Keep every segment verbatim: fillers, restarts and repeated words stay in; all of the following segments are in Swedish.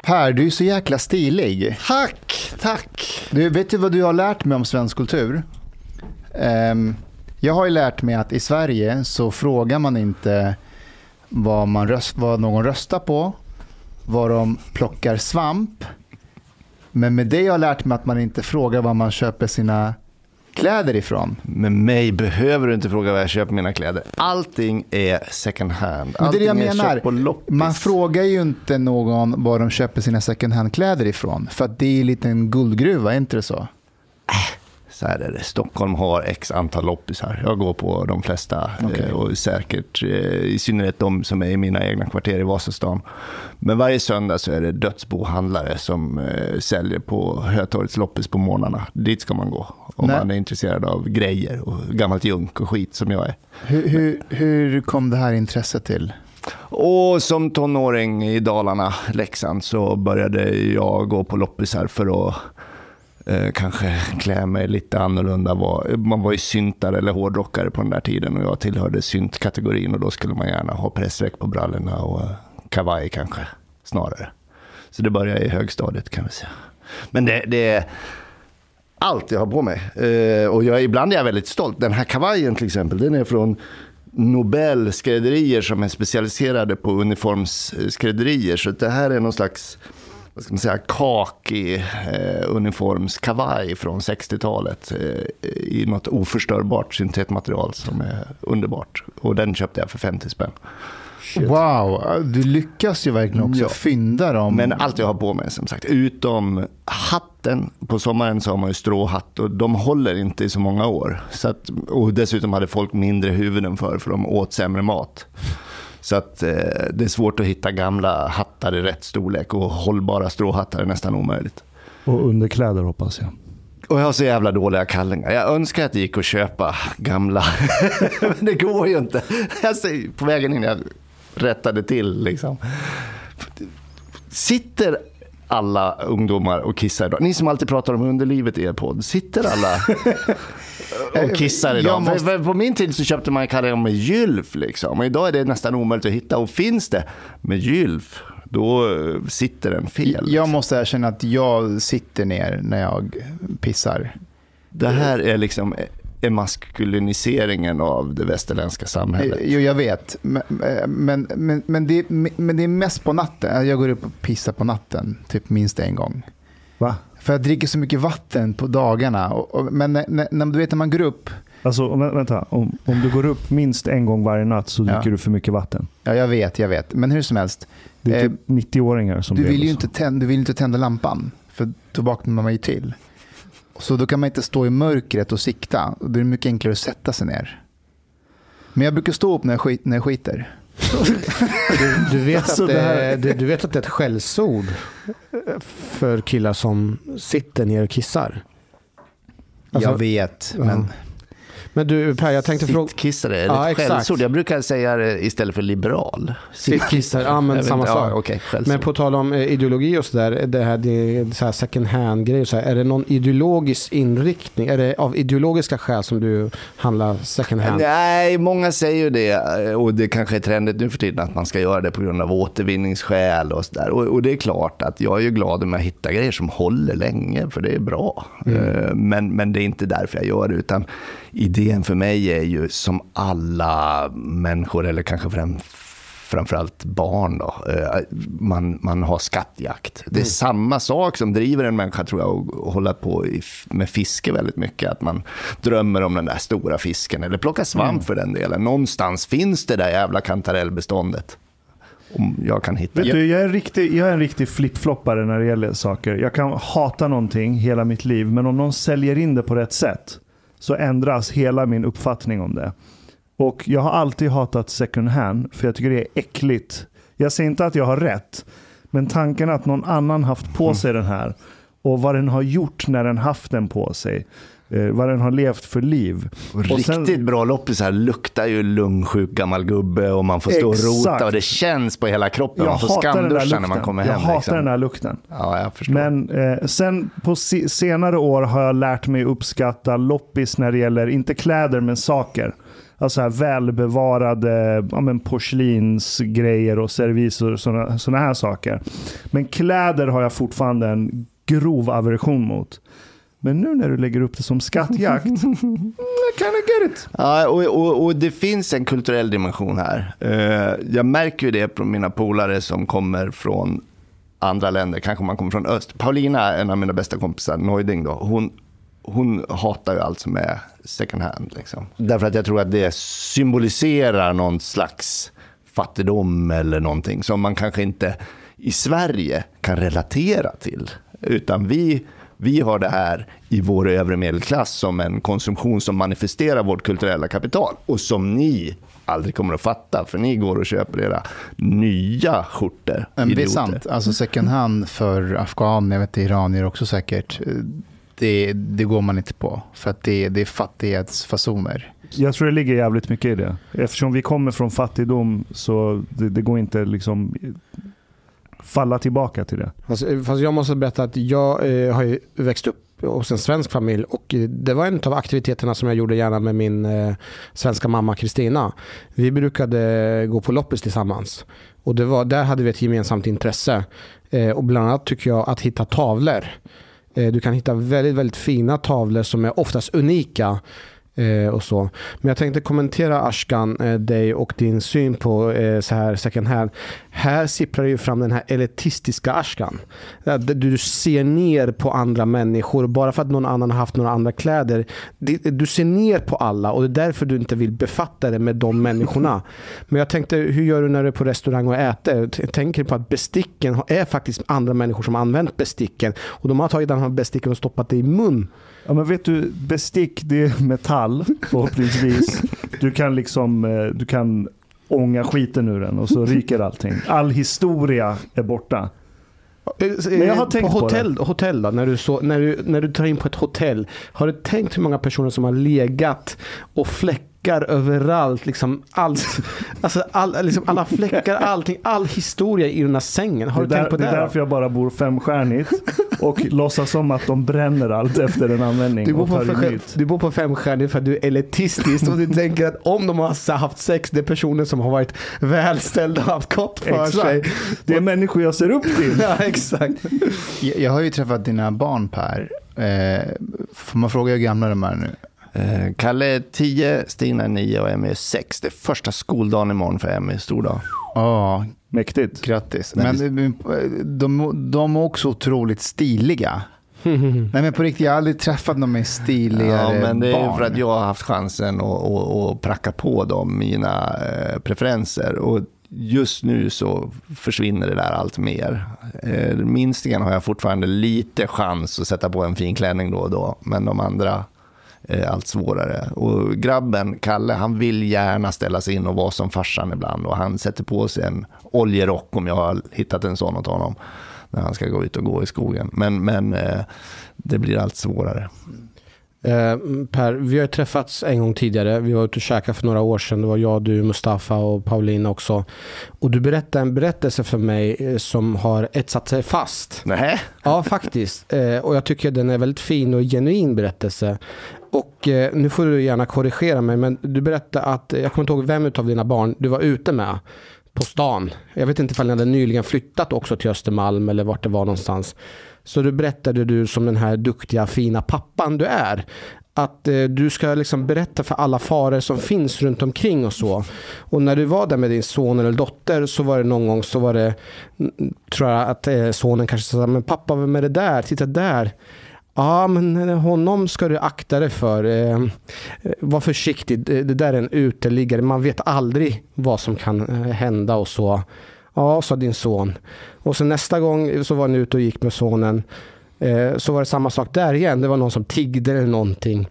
Per, du är så jäkla stilig. Tack, tack. Du, vet du vad du har lärt mig om svensk kultur? Um, jag har ju lärt mig att i Sverige så frågar man inte vad, man röst, vad någon röstar på, vad de plockar svamp. Men med det har jag lärt mig att man inte frågar vad man köper sina kläder ifrån. Med mig behöver du inte fråga var jag köper mina kläder. Allting är second hand. Men det är det jag Allting är menar. Man frågar ju inte någon var de köper sina second hand kläder ifrån. För att det är en liten guldgruva, är inte det så? Så här är det. Stockholm har x antal loppisar. Jag går på de flesta. Okay. Och säkert i synnerhet de som är i mina egna kvarter i Vasastan. Men varje söndag så är det dödsbohandlare som eh, säljer på Hötorgets loppis på morgnarna. Dit ska man gå om Nej. man är intresserad av grejer och gammalt junk och skit som jag är. Hur, hur, hur kom det här intresset till? Och som tonåring i Dalarna, Leksand, så började jag gå på loppisar för att Eh, kanske klä mig lite annorlunda. Man var ju syntare eller hårdrockare på den där tiden och jag tillhörde syntkategorin och då skulle man gärna ha pressväck på brallorna och uh, kavaj kanske snarare. Så det började i högstadiet kan vi säga. Men det, det är allt jag har på mig. Eh, och jag, ibland är jag väldigt stolt. Den här kavajen till exempel, den är från Nobel skrädderier som är specialiserade på uniformsskrädderier. Så det här är någon slags, vad ska man säga, kaki eh, uniformskavaj från sextiotalet eh, i något oförstörbart syntetmaterial som är underbart. Och den köpte jag för femtio spänn. Shit. Wow, du lyckas ju verkligen också ja. fynda dem. Men allt jag har på mig som sagt, utom hatten. På sommaren så har man ju stråhatt och de håller inte i så många år. Så att, och dessutom hade folk mindre huvuden för för de åt sämre mat. Så att eh, det är svårt att hitta gamla hattar i rätt storlek och hållbara stråhattar är nästan omöjligt. Och underkläder hoppas jag. Och jag har så jävla dåliga kallingar. Jag önskar att det gick att köpa gamla. Men det går ju inte. Jag ser på vägen in jag rättade till liksom. Sitter alla ungdomar och kissar idag? Ni som alltid pratar om underlivet i er podd. Sitter alla och kissar idag? Måste... För, för på min tid så köpte man kallingar med gylf liksom. Och idag är det nästan omöjligt att hitta. Och finns det med gylf, då sitter den fel. Jag måste erkänna att jag sitter ner när jag pissar. Det här är liksom emaskuliniseringen av det västerländska samhället. Jo, jag vet. Men, men, men, men, det, men det är mest på natten. Jag går upp och pissar på natten, typ minst en gång. Va? För jag dricker så mycket vatten på dagarna. Och, och, men när, när du vet när man går upp... Alltså, vänta. Om, om du går upp minst en gång varje natt så dricker ja. du för mycket vatten. Ja, jag vet, jag vet. Men hur som helst. Det är typ eh, nittio-åringar som du vill ju inte tända, du vill inte tända lampan. För då vaknar man ju till. Så då kan man inte stå i mörkret och sikta. Och det är mycket enklare att sätta sig ner. Men jag brukar stå upp när jag, skit, när jag skiter. Du, du, vet alltså att det, det, du vet att det är ett skällsord för killar som sitter ner och kissar. Alltså, jag vet, men... Ja. Men du Per, jag tänkte fråga... Sittkissare, är det ja, ett skällsord? Jag brukar säga det istället för liberal. Sittkissare, ja men samma inte, sak. Ja, okay, men på tal om ideologi och sådär, det här, det är så här second hand-grejer, så här, är det någon ideologisk inriktning? Är det av ideologiska skäl som du handlar second hand? Nej, många säger ju det, och det kanske är trendigt nu för tiden att man ska göra det på grund av återvinningsskäl och sådär. Och, och det är klart att jag är ju glad om jag hittar grejer som håller länge, för det är bra. Mm. Men, men det är inte därför jag gör det, utan idén för mig är ju som alla människor, eller kanske fram, framförallt barn då, man, man har skattjakt. Det är mm. samma sak som driver en människa, tror jag, att hålla på med fiske väldigt mycket, att man drömmer om den där stora fisken eller plocka svamp mm. för den delen. Någonstans finns det där jävla kantarellbeståndet. Om jag kan hitta. Vet du, jag är en riktig, jag är en riktig flip-floppare när det gäller saker. Jag kan hata någonting hela mitt liv, men om någon säljer in det på rätt sätt så ändras hela min uppfattning om det. Och jag har alltid hatat second hand, för jag tycker det är äckligt. Jag säger inte att jag har rätt, men tanken att någon annan haft på sig mm. den här och vad den har gjort när den haft den på sig, eh, vad den har levt för liv. Och riktigt sen, bra loppisar luktar ju lungsjuk gammal gubbe och man får stå exakt. och rota och det känns på hela kroppen. Jag man får skamduscha när man kommer jag hem. Jag hatar liksom. den där lukten. Ja, jag förstår. Men eh, sen på si- senare år har jag lärt mig uppskatta loppis när det gäller, inte kläder men saker. alltså här välbevarade ja, men porslinsgrejer och serviser och såna, såna här saker. Men kläder har jag fortfarande en grov aversion mot. Men nu när du lägger upp det som skattjakt, can I get it? Ja, och, och, och det finns en kulturell dimension här. Uh, jag märker ju det på mina polare som kommer från andra länder. Kanske man kommer från öst. Paulina, en av mina bästa kompisar, Neuding då, hon, hon hatar ju allt som är second hand. Liksom. Därför att jag tror att det symboliserar någon slags fattigdom eller någonting som man kanske inte i Sverige kan relatera till. Utan vi... Vi har det här i vår övre medelklass som en konsumtion som manifesterar vårt kulturella kapital. Och som ni aldrig kommer att fatta. För ni går och köper era nya skjortor. Men det är sant. Alltså second hand för afghaner, jag vet iranier också säkert. Det, det går man inte på. För att det, det är fattighetsfasoner. Jag tror det ligger jävligt mycket i det. Eftersom vi kommer från fattigdom så det, det går inte liksom... falla tillbaka till det. Fast, fast jag måste berätta att jag eh, har ju växt upp hos en svensk familj och det var en av aktiviteterna som jag gjorde gärna med min eh, svenska mamma Kristina. Vi brukade gå på loppis tillsammans och det var, där hade vi ett gemensamt intresse eh, och bland annat tycker jag att hitta tavlor. Eh, du kan hitta väldigt, väldigt fina tavlor som är oftast unika. Eh, och så. Men jag tänkte kommentera Ashkan, eh, dig och din syn på eh, så här second hand. Här sipprar ju fram den här elitistiska Ashkan. Där du ser ner på andra människor bara för att någon annan har haft några andra kläder. Du ser ner på alla och det är därför du inte vill befatta dig med de människorna. Men jag tänkte, hur gör du när du är på restaurang och äter? Jag tänker på att besticken är faktiskt andra människor som har använt besticken och de har tagit den här besticken och stoppat det i mun. Ja, men vet du, bestick det är metall förhoppningsvis. Du kan liksom du kan ånga skiten ur den och så ryker allting. All historia är borta. Men jag har tänkt på hotell, på hotell då, när du så när du när du tar in på ett hotell, har du tänkt hur många personer som har legat och fläckar överallt liksom allt alltså all, liksom alla fläckar, allting, all historia i den här sängen. Har det du där, tänkt på det? Det är därför jag bara bor femstjärnigt och låtsas som att de bränner allt efter en användning. Du bor, och på, för, du bor på femstjärnigt för att du är elitistisk och du tänker att om de har haft sex, det är personer som har varit välställda och haft gott för exakt. sig. Det är människor jag ser upp till. Ja, exakt. Jag, jag har ju träffat dina barn, Per. Eh, får man fråga hur gamla de är nu? Eh, Kalle är tio, Stina är nio och Emmy är sex. Det är första skoldagen imorgon för Emmy, stor dag. Ja, mäktigt. Grattis. Men de, de är också otroligt stiliga. Nej, men på riktigt, jag har aldrig träffat någon med stiligare ja, men det är barn. för att jag har haft chansen att, att, att pracka på dem mina eh, preferenser. Och just nu så försvinner det där allt mer. Eh, minstingen har jag fortfarande lite chans att sätta på en fin klänning då och då. Men de andra är allt svårare. Och grabben, Kalle, han vill gärna ställa sig in och vara som farsan ibland. Och han sätter på sig en oljerock om jag har hittat en sån åt honom. När han ska gå ut och gå i skogen. Men, men eh, det blir allt svårare. Eh, Per, vi har träffats en gång tidigare. Vi var ute och käkade för några år sedan. Det var jag, du, Mustafa och Paulina också. Och du berättade en berättelse för mig eh, som har etsat sig fast. Nej. Ja, faktiskt. Eh, och jag tycker den är väldigt fin och genuin berättelse. Och eh, nu får du gärna korrigera mig, men du berättade att, jag kommer inte ihåg vem av dina barn du var ute med på stan. Jag vet inte ifall ni hade nyligen flyttat också till Östermalm eller vart det var någonstans. Så du berättade du som den här duktiga, fina pappan du är. Att eh, du ska liksom berätta för alla faror som finns runt omkring och så. Och när du var där med din son eller dotter så var det någon gång så var det, tror jag att eh, sonen kanske sa, men pappa, vem är det där? Titta där. Ja, men honom ska du akta dig för. Eh, var försiktig. Det, det där är en uteliggare. Man vet aldrig vad som kan hända och så. Ja, sa din son. Och så nästa gång så var ni ute och gick med sonen. Eh, så var det samma sak där igen. Det var någon som tiggde eller någonting.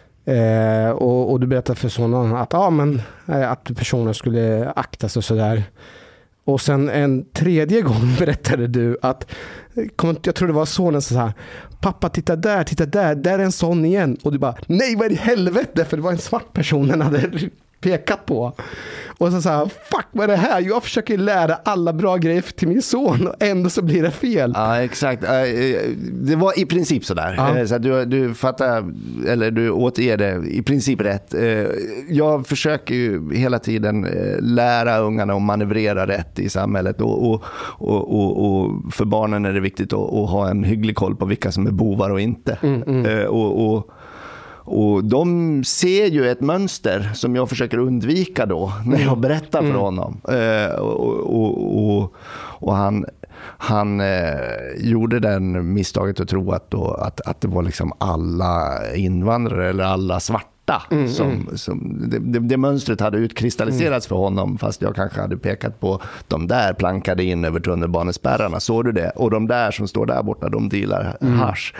Eh, och, och du berättade för sonen att, ja, men, att personen skulle akta sig och sådär. Och sen en tredje gång berättade du att, jag tror det var sonen som sa, pappa titta där, titta där, där är en sån igen. Och du bara, nej vad är det i helvete? För det var en svart person den hade pekat på. Och så sa fuck vad är det här? Jag försöker lära alla bra grejer till min son och ändå så blir det fel. Ja, exakt. Det var i princip sådär. Ja. Så du, du fattar, eller du återger det i princip rätt. Jag försöker ju hela tiden lära ungarna att manövrera rätt i samhället och, och, och, och, och för barnen är det viktigt att, att ha en hygglig koll på vilka som är bovar och inte. Mm, mm. Och, och Och de ser ju ett mönster som jag försöker undvika då när jag berättar för mm. honom. Eh, och, och, och, och han, han eh, gjorde den misstaget att tro att, då, att, att det var liksom alla invandrare eller alla svarta. Mm, som, mm. som det, det, det mönstret hade utkristalliserats mm. för honom, fast jag kanske hade pekat på de där plankade in över tunnelbanespärrarna, såg du det? Och de där som står där borta, de dealar mm. hasch.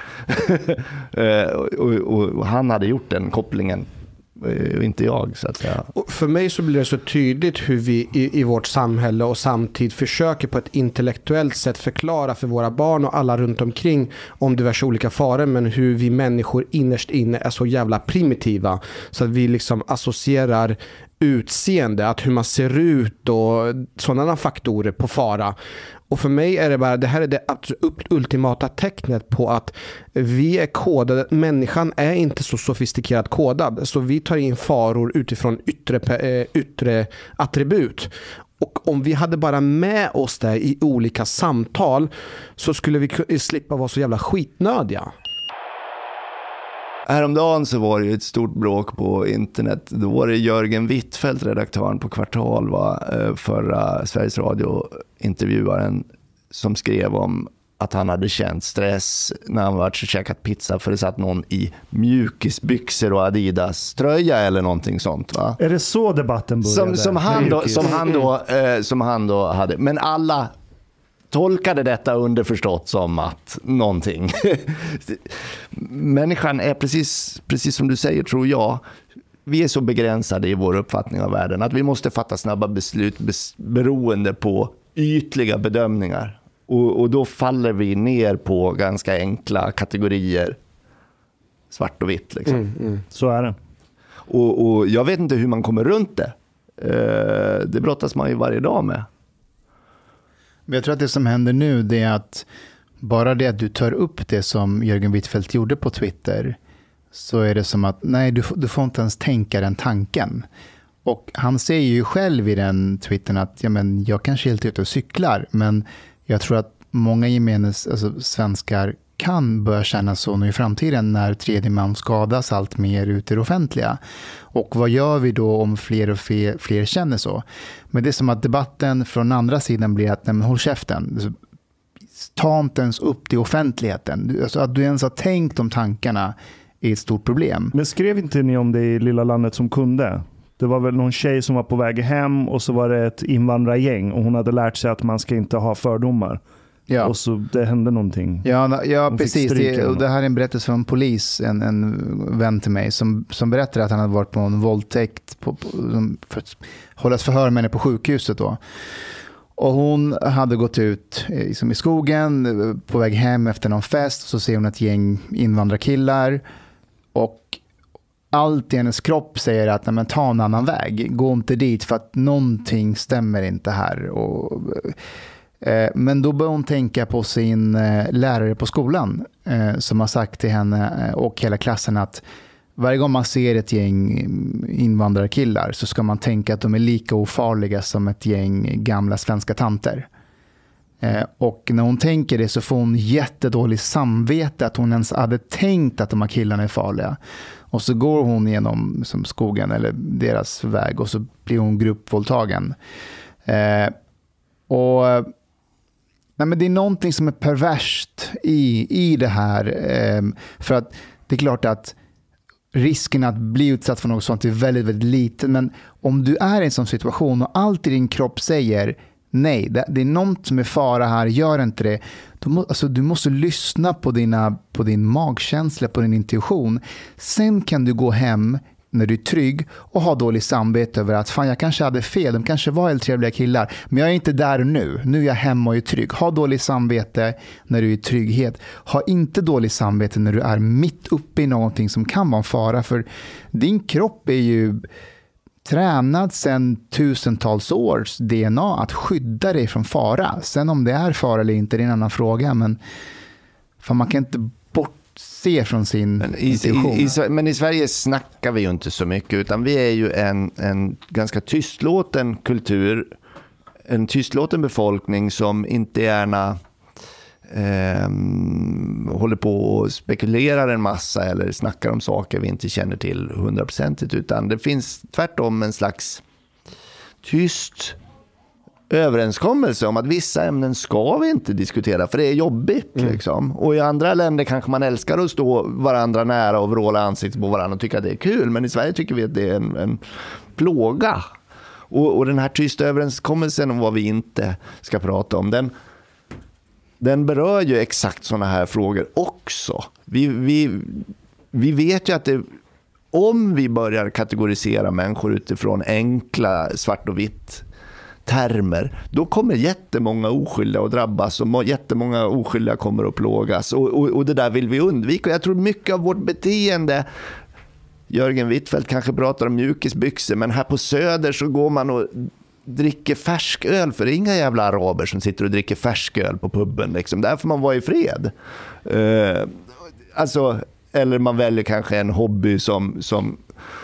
och, och, och han hade gjort den kopplingen, och inte jag, så att säga. Och för mig så blir det så tydligt hur vi i, i vårt samhälle och samtid försöker på ett intellektuellt sätt förklara för våra barn och alla runt omkring om diverse olika faror, men hur vi människor innerst inne är så jävla primitiva så att vi liksom associerar utseende, att hur man ser ut och sådana faktorer på fara. Och för mig är det bara, det här är det ultimata tecknet på att vi är kodade. Människan är inte så sofistikerat kodad, så vi tar in faror utifrån yttre, yttre attribut. Och om vi hade bara med oss det i olika samtal så skulle vi slippa vara så jävla skitnödiga. Häromdagen så var det ju ett stort bråk på internet. Då var det Jörgen Wittfeldt, redaktören på Kvartal, va, förra Sveriges Radio-intervjuaren, som skrev om att han hade känt stress när han varit och käkat pizza för det satt någon i mjukisbyxor och Adidas tröja eller någonting sånt, va? Är det så debatten började? Som, som, han, då, som, han, då, eh, som han då hade. Men alla tolkade detta underförstått som att någonting. Människan är precis, precis som du säger, tror jag. Vi är så begränsade i vår uppfattning av världen att vi måste fatta snabba beslut beroende på ytliga bedömningar. Och, och då faller vi ner på ganska enkla kategorier. Svart och vitt liksom. Mm, mm. Så är det. Och, och jag vet inte hur man kommer runt det. Eh, det brottas man ju varje dag med. Men jag tror att det som händer nu, det är att bara det att du tar upp det som Jörgen Wittfeldt gjorde på Twitter, så är det som att nej, du, du får inte ens tänka den tanken. Och han säger ju själv i den Twittern att ja, men jag kanske är helt ute och cyklar, men jag tror att många gemenes, alltså svenskar kan börja känna så nu i framtiden när tredje man skadas allt mer ute i det offentliga. Och vad gör vi då om fler och fler, fler känner så? Men det är som att debatten från andra sidan blir att nej, men håll käften. Ta inte ens upp till offentligheten. Alltså att du ens har tänkt om tankarna är ett stort problem. Men skrev inte ni om det i Lilla landet som kunde? Det var väl någon tjej som var på väg hem och så var det ett invandrargäng och hon hade lärt sig att man ska inte ha fördomar. Ja. Och så det hände någonting. Ja, ja precis. Det, och det här är en berättelse från en polis, en, en vän till mig, som, som berättade att han hade varit på en våldtäkt på, på, för att hållas förhör med henne på sjukhuset då. Och hon hade gått ut liksom i skogen på väg hem efter någon fest, så ser hon ett gäng invandrarkillar och allt i hennes kropp säger att nej, men ta en annan väg, gå inte dit för att någonting stämmer inte här. Och men då börjar hon tänka på sin lärare på skolan som har sagt till henne och hela klassen att varje gång man ser ett gäng invandrarkillar så ska man tänka att de är lika ofarliga som ett gäng gamla svenska tanter. Och när hon tänker det så får hon jättedålig samvete att hon ens hade tänkt att de här killarna är farliga. Och så går hon genom som skogen eller deras väg och så blir hon gruppvåldtagen. Och nej, men det är någonting som är perverst i, i det här. Eh, för att det är klart att risken att bli utsatt för något sånt är väldigt, väldigt liten. Men om du är i en sån situation och allt i din kropp säger nej, det, det är något som är fara här, gör inte det. Du, må, alltså, du måste lyssna på, dina, på din magkänsla, på din intuition. Sen kan du gå hem när du är trygg och har dålig samvete över att fan, jag kanske hade fel, de kanske var helt trevliga killar, men jag är inte där nu. Nu är jag hemma och är trygg. Ha dålig samvete när du är i trygghet. Ha inte dålig samvete när du är mitt uppe i någonting som kan vara en fara, för din kropp är ju tränad sedan tusentals års D N A att skydda dig från fara. Sen om det är fara eller inte, det är en annan fråga. Men för man kan inte bortse från sin men i, intuition. I, i, men i Sverige snackar vi ju inte så mycket, utan vi är ju en, en ganska tystlåten kultur. En tystlåten befolkning som inte gärna eh, håller på och spekulerar en massa eller snackar om saker vi inte känner till hundraprocentigt, utan det finns tvärtom en slags tyst överenskommelse om att vissa ämnen ska vi inte diskutera för det är jobbigt. Mm. Liksom. Och i andra länder kanske man älskar att stå varandra nära och vråla ansiktet på varandra och tycka att det är kul, men i Sverige tycker vi att det är en, en plåga. Och, och den här tysta överenskommelsen om vad vi inte ska prata om, den, den berör ju exakt sådana här frågor också. Vi, vi, vi vet ju att det, om vi börjar kategorisera människor utifrån enkla svart och vitt termer, då kommer jättemånga oskyldiga att drabbas och jättemånga oskyldiga kommer att plågas. Och, och, och det där vill vi undvika. Och jag tror mycket av vårt beteende, Jörgen Wittfeldt kanske pratar om mjukisbyxor, men här på Söder så går man och dricker färsköl, för det är inga jävla araber som sitter och dricker färsköl på pubben. Liksom. Där får man vara i fred. Uh, alltså, eller man väljer kanske en hobby som, som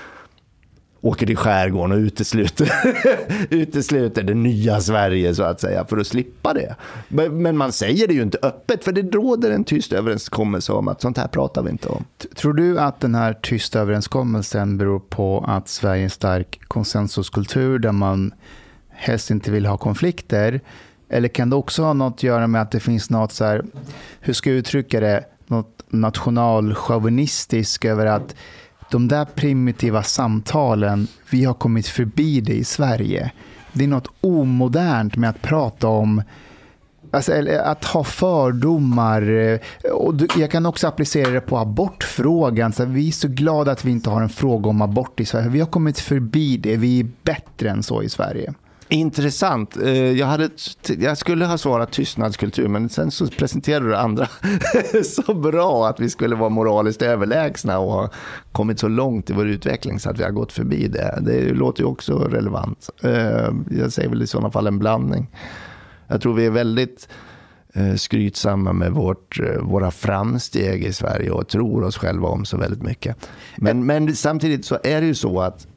åker till skärgården och utesluter, utesluter det nya Sverige så att säga, för att slippa det. Men, men man säger det ju inte öppet, för det råder en tyst överenskommelse om att sånt här pratar vi inte om. Tror du att den här tysta överenskommelsen beror på att Sverige är en stark konsensuskultur där man helst inte vill ha konflikter? Eller kan det också ha något att göra med att det finns något så här, hur ska jag uttrycka det, något nationalchauvinistiskt över att de där primitiva samtalen, vi har kommit förbi det i Sverige. Det är något omodernt med att prata om, alltså, att ha fördomar. Och jag kan också applicera det på abortfrågan. Så vi är så glada att vi inte har en fråga om abort i Sverige. Vi har kommit förbi det, vi är bättre än så i Sverige. Intressant. Jag, hade, jag skulle ha svarat tystnadskultur, men sen så presenterade du andra så bra att vi skulle vara moraliskt överlägsna och ha kommit så långt i vår utveckling så att vi har gått förbi det. Det låter ju också relevant. Jag säger väl i sådana fall en blandning. Jag tror vi är väldigt skrytsamma med vårt, våra framsteg i Sverige och tror oss själva om så väldigt mycket. Men, men samtidigt så är det ju så att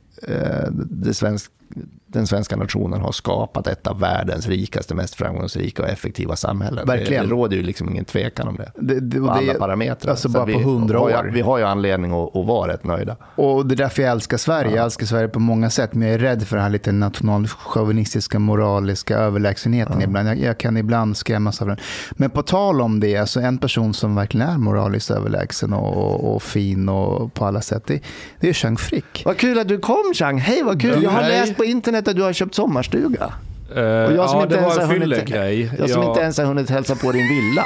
det svenska den svenska nationen har skapat ett av världens rikaste, mest framgångsrika och effektiva samhällen. Verkligen. Det, det råder ju liksom ingen tvekan om det. Det, det, på alla det, parametrar. Alltså bara på hundra år. Vi har ju anledning att, att vara rätt nöjda. Och det är därför jag älskar Sverige. Ja. Jag älskar Sverige på många sätt, men jag är rädd för den här lite nationalchauvinistiska, moraliska överlägsenheten ja. ibland. Jag, jag kan ibland skrämmas av den. Men på tal om det, alltså en person som verkligen är moraliskt överlägsen och, och, och fin och på alla sätt, det, det är Chang Frick. Vad kul att du kom, Chang. Hej, vad kul. Jag har läst på internet att du har köpt sommarstuga. Uh, och jag som ja, inte det var en fyllegrej. Jag som jag... inte ens har hunnit hälsa på din villa.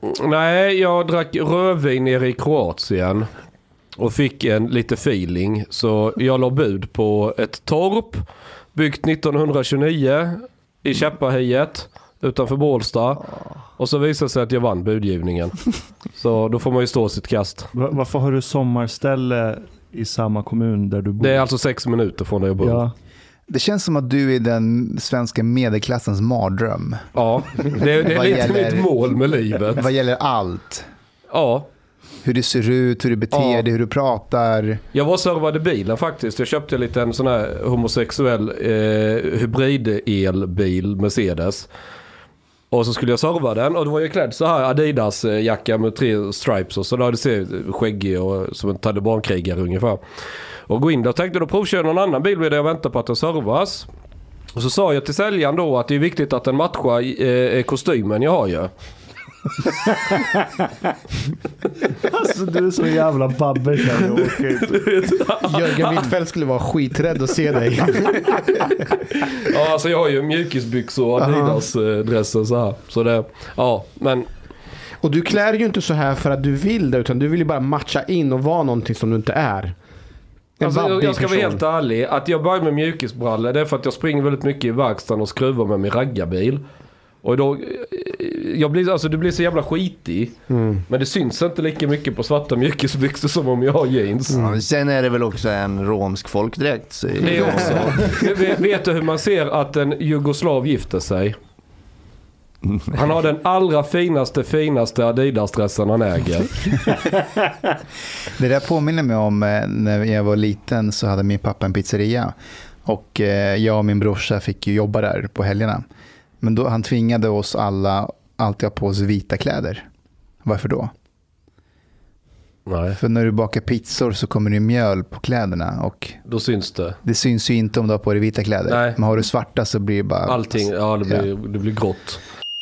Nej, jag drack rödvin nere i Kroatien och fick en lite feeling. Så jag la bud på ett torp byggt nittonhundratjugonio i Käppahiet utanför Bålsta. Och så visade sig att jag vann budgivningen. Så då får man ju stå sitt kast. Varför har du sommarställe i samma kommun där du bor? Det är alltså sex minuter från där jag bor. Ja. Det känns som att du är den svenska medelklassens mardröm. Ja, det, det är lite gäller, mitt mål med livet. Vad gäller allt. Ja. Hur det ser ut, hur du beter dig, ja. hur du pratar. Jag var servade bilen faktiskt. Jag köpte en liten sån här homosexuell eh, hybrid-elbil Mercedes. Och så skulle jag serva den. Och då var jag klädd så här Adidas-jacka med tre stripes. Och så där det ser skäggig och som en talibankrigare ungefär. Och gå in där och tänkte då provköra någon annan bil där jag väntar på att den servas. Och så sa jag till säljaren då att det är viktigt att den matchar eh, kostymen jag har ju. Alltså du är så jävla babber. Jörgen Wittfeldt skulle vara skiträdd att se dig. Ja, alltså jag har ju mjukisbyxor och Adidas-dressen så här. Så det, ja, men... Och du klär ju inte så här för att du vill det, utan du vill ju bara matcha in och vara någonting som du inte är. Alltså, jag, jag ska vara helt ärlig. Att jag börjar med mjukisbrallor, det är för att jag springer väldigt mycket i verkstaden och skruvar med min raggarbil. Och då, jag blir, alltså det blir så jävla skitig. Mm. Men det syns inte lika mycket på svarta mjukisbyxor som om jag har jeans. Mm. Sen är det väl också en romsk folkdräkt. Så det är också. vet, vet du hur man ser att en jugoslav gifter sig? Han har den allra finaste, finaste Adidas-dressen han äger. Det där påminner mig om när jag var liten så hade min pappa en pizzeria. Och jag och min brorsa fick ju jobba där på helgerna. Men då han tvingade oss alla alltid ha på oss vita kläder. Varför då? Nej. För när du bakar pizzor så kommer det mjöl på kläderna. Och då syns det. Det syns ju inte om du har på dig vita kläder. Nej. Men har du svarta så blir det bara... Allting, ja det blir, ja. Det blir grått.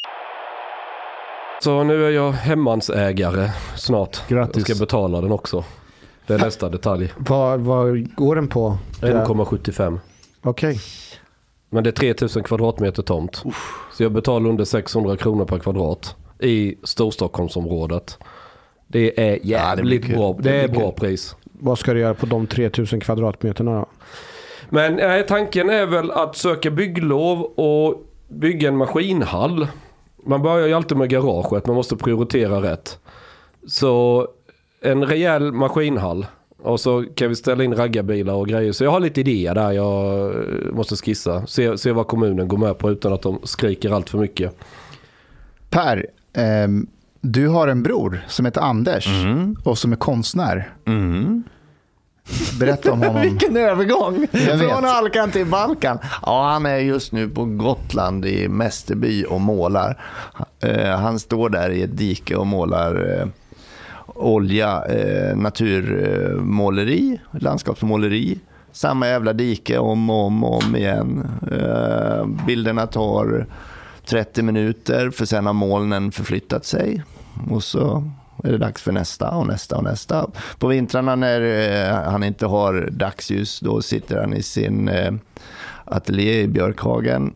Så nu är jag hemmansägare snart. Grattis. Jag ska betala den också. Det är nästa detalj. Vad, vad går den på? en komma sjuttiofem. Okej. Okay. Men det är tre tusen kvadratmeter tomt. Uff. Så jag betalar under sexhundra kronor per kvadrat i Storstockholmsområdet. Det är jävligt ja, det bra. Det, det är bra pris. Vad ska du göra på de tre tusen kvadratmeterna då? Men äh, tanken är väl att söka bygglov och bygga en maskinhall. Man börjar ju alltid med garaget. Man måste prioritera rätt. Så en rejäl maskinhall. Och så kan vi ställa in raggarbilar och grejer. Så jag har lite idéer där jag måste skissa. Se, se vad kommunen går med på utan att de skriker allt för mycket. Per, eh, du har en bror som heter Anders mm. och som är konstnär. Mm. Berätta om honom. Vilken övergång! Jag vet. Från Alkan till Balkan. Ja, han är just nu på Gotland i Mästerby och målar. Uh, han står där i ett dike och målar uh, olja, uh, naturmåleri, landskapsmåleri. Samma jävla dike om och om, om igen. Uh, bilderna tar trettio minuter för sen har molnen förflyttat sig. Och så är det dags för nästa och nästa och nästa. På vintrarna när eh, han inte har dagsljus, då sitter han i sin eh, ateljé i Björkhagen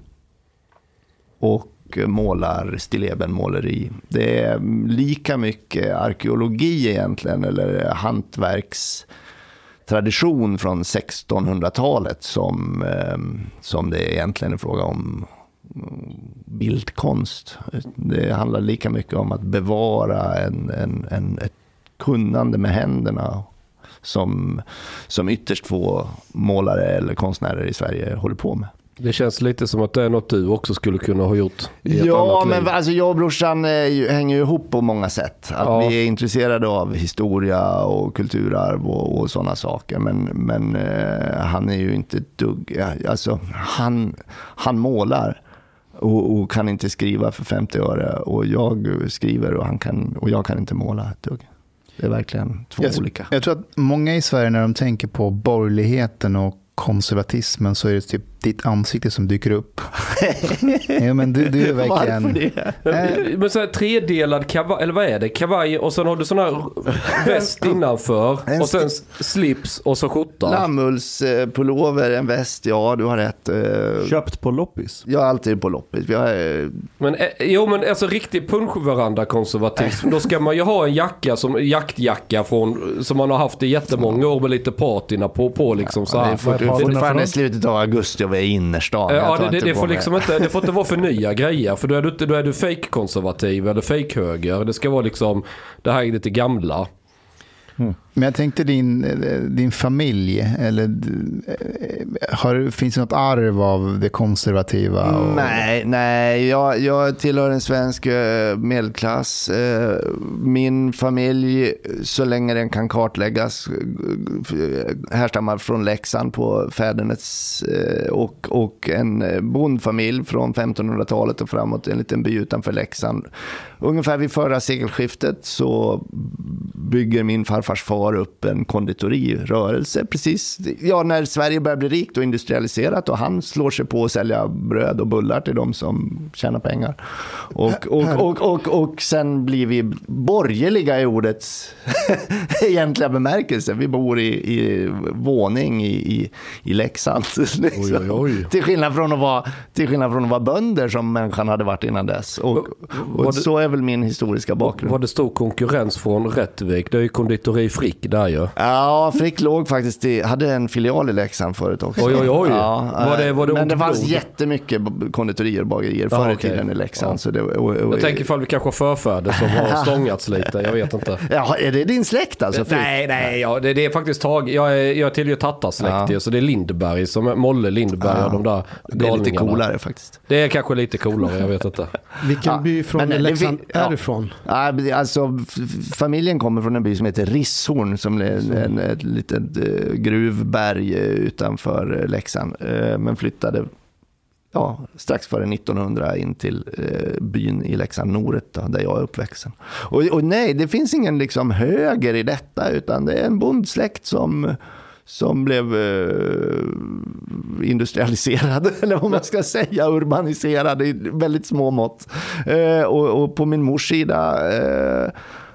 och målar stillebenmåleri. Det är lika mycket arkeologi egentligen, eller hantverkstradition från sextonhundratalet som, eh, som det egentligen är fråga om bildkonst. Det handlar lika mycket om att bevara en, en, en, ett kunnande med händerna som, som ytterst få målare eller konstnärer i Sverige håller på med. Det känns lite som att det är något du också skulle kunna ha gjort i ett ja, annat men liv. alltså jag och brorsan är, hänger ju ihop på många sätt. Att ja. Vi är intresserade av historia och kulturarv och, och sådana saker. Men, men eh, han är ju inte dugg... Alltså, han, han målar och, och kan inte skriva för femtio öre. Och jag skriver och, han kan, och jag kan inte måla ett dugg. Det är verkligen två jag, olika. Jag tror att många i Sverige när de tänker på borgerligheten och konservatismen så är det typ ditt ansikte som dyker upp. Ja, men du, du är verkligen... Varför det? Äh, men så här tredelad kavaj, eller vad är det? Kavaj och sen har du sån här väst innanför en och sen slips och så skjorta. Lamulls eh, pullover, en väst, ja du har rätt. Eh, Köpt på loppis? Jag är alltid på loppis. Jag är... Men, eh, jo men alltså riktig punschveranda-konservatism, då ska man ju ha en jacka, som jaktjacka från, som man har haft i jättemånga år med lite patina på, på liksom ja, så här. Det får fortfarande i slutet av augusti och vi är i innerstan. Ja, det, det, det får liksom inte, det får inte vara för nya grejer, för då är du, då är du fake-konservativ eller fake-höger. Det ska vara liksom, det här är lite gamla. Mm. Men jag tänkte din, din familj, eller har, finns det något arv av det konservativa? Och... Nej, nej jag, jag tillhör en svensk medelklass. Min familj, så länge den kan kartläggas, härstammar från Leksand på fädernets och, och en bondfamilj från femtonhundratalet och framåt, en liten by utanför Leksand. Ungefär vid förra sekelskiftet så bygger min farfars far upp en konditorirörelse precis ja, när Sverige börjar bli rikt och industrialiserat, och han slår sig på att sälja bröd och bullar till de som tjänar pengar. Och, och, och, och, och sen blir vi borgerliga i ordets egentliga bemärkelse. Vi bor i, i våning i, i, i Leksand. Liksom. Oj, oj, oj. Till skillnad från att vara, till skillnad från att vara bönder som människan hade varit innan dess. Och, och så är väl min historiska bakgrund. Var det stor konkurrens från Rättvik framgångsrik. Det är ju konditori Frick där ju. Ja, Frick låg faktiskt i, hade en filial i Leksand förut också. Oj, oj, oj. Ja, var det, var det men det fanns blod? jättemycket konditorier och bagerier Ja, förr i okej. tiden i Leksand. Ja. Så det, och, och, Jag tänker ifall vi kanske har förfäder som har stångats lite, jag vet inte. Ja, är det din släkt alltså? Frick? Nej, nej, ja, det, det är faktiskt tag. Jag är, jag tillhör Tattas släkt, Ja. så det är Lindberg, som Molle Lindberg Ja. och de där Det är lite galningarna. coolare faktiskt. Det är kanske lite coolare, jag vet inte. Vilken Ja, by från men det- Leksand det- är ja. du från? Ja, alltså, f- familjen kommer från en by som heter Risshorn, som är en, en, ett litet eh, gruvberg eh, utanför eh, Leksand, eh, men flyttade ja, strax före nittonhundra in till eh, byn i Leksand Noret då, där jag är uppväxten. Och, och nej, det finns ingen liksom höger i detta, utan det är en bondsläkt som som blev eh, industrialiserad, eller vad man ska säga, urbaniserad i väldigt små mått. Eh, och, och på min mors sida eh,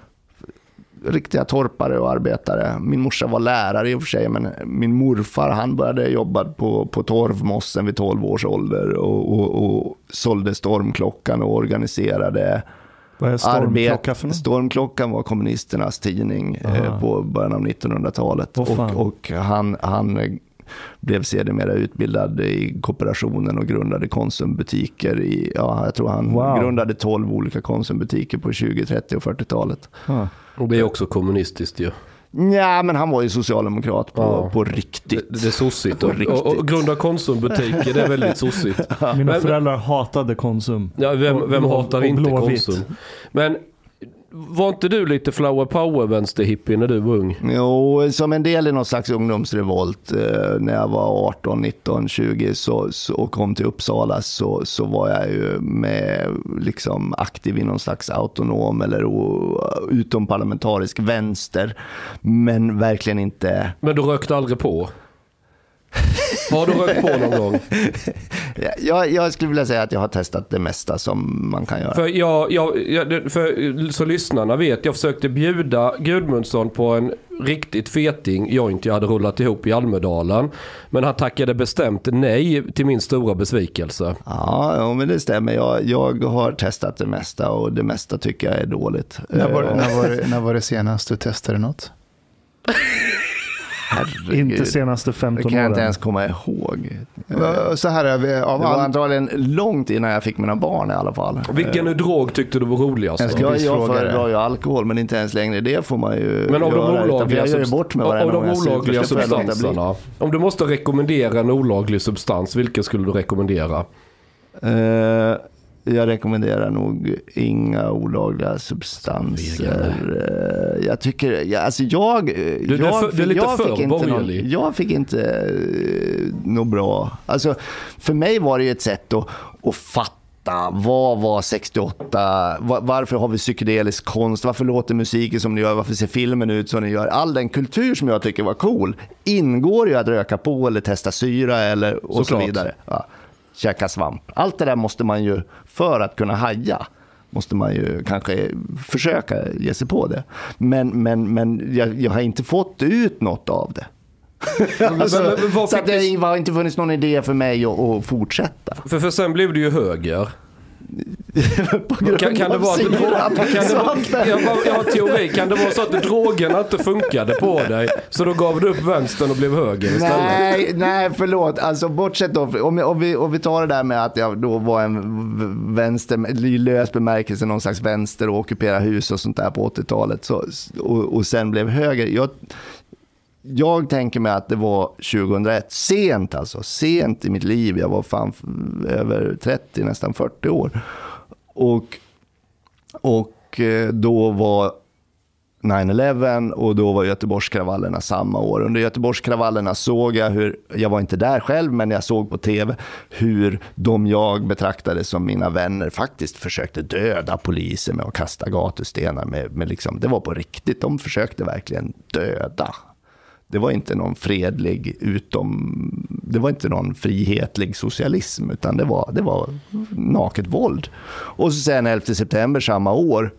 riktiga torpare och arbetare. Min morsa var lärare i och för sig, men min morfar, han började jobba på, på torvmossen vid tolv års ålder och, och, och sålde Stormklockan och organiserade Vad är Stormklocka för något? Stormklockan var kommunisternas tidning eh, på början av nittonhundratalet. Åh, fan. och och han, han eh, blev sedermera utbildad i kooperationen och grundade konsumbutiker i, ja, jag tror han Wow. grundade tolv olika konsumbutiker på tjugo-, trettio- och fyrtiotalet. Ah. Och det är också kommunistiskt ju. Ja, men han var ju socialdemokrat på, Ja. på riktigt. Det, det är sossigt. På Och, riktigt. och, och grunda konsumbutiker, det är väldigt sossigt. Mina Men- föräldrar hatade Konsum. Ja, vem, Och vem blå- hatar och inte blåvitt. Konsum? Men var inte du lite flower power vänsterhippie när du var ung? Jo, som en del i någon slags ungdomsrevolt eh, när jag var arton, nitton, tjugo så, så, och kom till Uppsala så, så var jag ju med, liksom aktiv i någon slags autonom eller o, utomparlamentarisk vänster, men verkligen inte. Men du rökte aldrig på? Har du rökt på någon gång? Jag, jag skulle vilja säga att jag har testat det mesta som man kan göra. För, jag, jag, jag, för så lyssnarna vet, jag försökte bjuda Gudmundsson på en riktigt feting joint jag hade rullat ihop i Almedalen. Men han tackade bestämt nej till min stora besvikelse. Ja, ja, men det stämmer. Jag, jag har testat det mesta och det mesta tycker jag är dåligt. När var, Eh, när, var, det- när var det senast du testade något? herregud. Inte senaste Det femton kan jag inte åren. ens komma ihåg. Va- Så här är vi, av Det var all, antagligen långt innan jag fick mina barn i alla fall. Vilken drog tyckte du var roligast? Jag då? ska- Jag, jag fråga föredrar det. ju alkohol, men inte ens längre det får man ju Men av de göra, utan för olagliga, jag gör ju subst- bort med av varenda de gång jag super, olagliga så får jag låta bli. substanserna. Om du måste rekommendera en olaglig substans, vilken skulle du rekommendera? Eh, jag rekommenderar nog inga olagliga substanser. Eh, jag tycker, ja, alltså jag, du är jag, för- du är lite jag för fick inte någon, borgerlig. jag fick inte eh, något bra. Alltså, för mig var det ju ett sätt att, att fatta vad var sextioåtta, var, varför har vi psykedelisk konst, varför låter musiken som ni gör, varför ser filmen ut som ni gör. All den kultur som jag tycker var cool ingår ju att röka på eller testa syra eller, och så Såklart. vidare. Ja. Käka svamp. Allt det där måste man ju, för att kunna haja, måste man ju kanske försöka ge sig på det. Men, men, men jag, jag har inte fått ut något av det. alltså, men- men vad så fick att det du- har inte funnits någon idé för mig att, att fortsätta. För, för sen blev du ju höger. På grund Kan, kan det av vara att du, syran. kan det vara, Svampen. jag, har- jag har en teori. Kan det vara så att drogerna inte funkade på dig, så då gav du upp vänstern och blev höger istället? Nej, nej, förlåt. Alltså bortsett då, om, om, vi, om vi tar det där med att jag då var en v- vänster, i lös bemärkelse, någon slags vänster och ockupera hus och sånt där på åttiotalet så, och, och sen blev höger. Jag, jag tänker mig att det var tjugohundraett, sent alltså, sent i mitt liv. Jag var fan f- över trettio, nästan fyrtio år. Och, och eh, då var nio elva och då var Göteborgskravallerna samma år. Under Göteborgskravallerna såg jag hur, jag var inte där själv, men jag såg på tv hur de jag betraktade som mina vänner faktiskt försökte döda poliser med att kasta gatustenar. Med, med liksom, det var på riktigt, de försökte verkligen döda. Det var inte någon fredlig utom, det var inte någon frihetlig socialism, utan det var, det var naket våld. Och så sen elfte september samma år,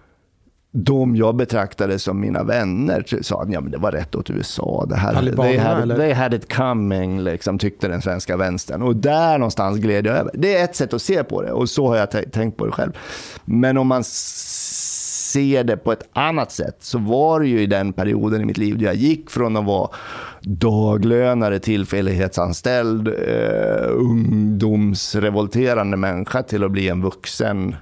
de jag betraktade som mina vänner sa att ja, men det var rätt åt U S A. Det här, Talibanerna, they, had, eller? they had it coming, liksom, tyckte den svenska vänstern. Och där någonstans gled jag över. Det är ett sätt att se på det, och så har jag t- tänkt på det själv. Men om man s- se det på ett annat sätt så var det ju i den perioden i mitt liv där jag gick från att vara daglönare, tillfällighetsanställd, eh, ungdomsrevolterande människa till att bli en vuxen,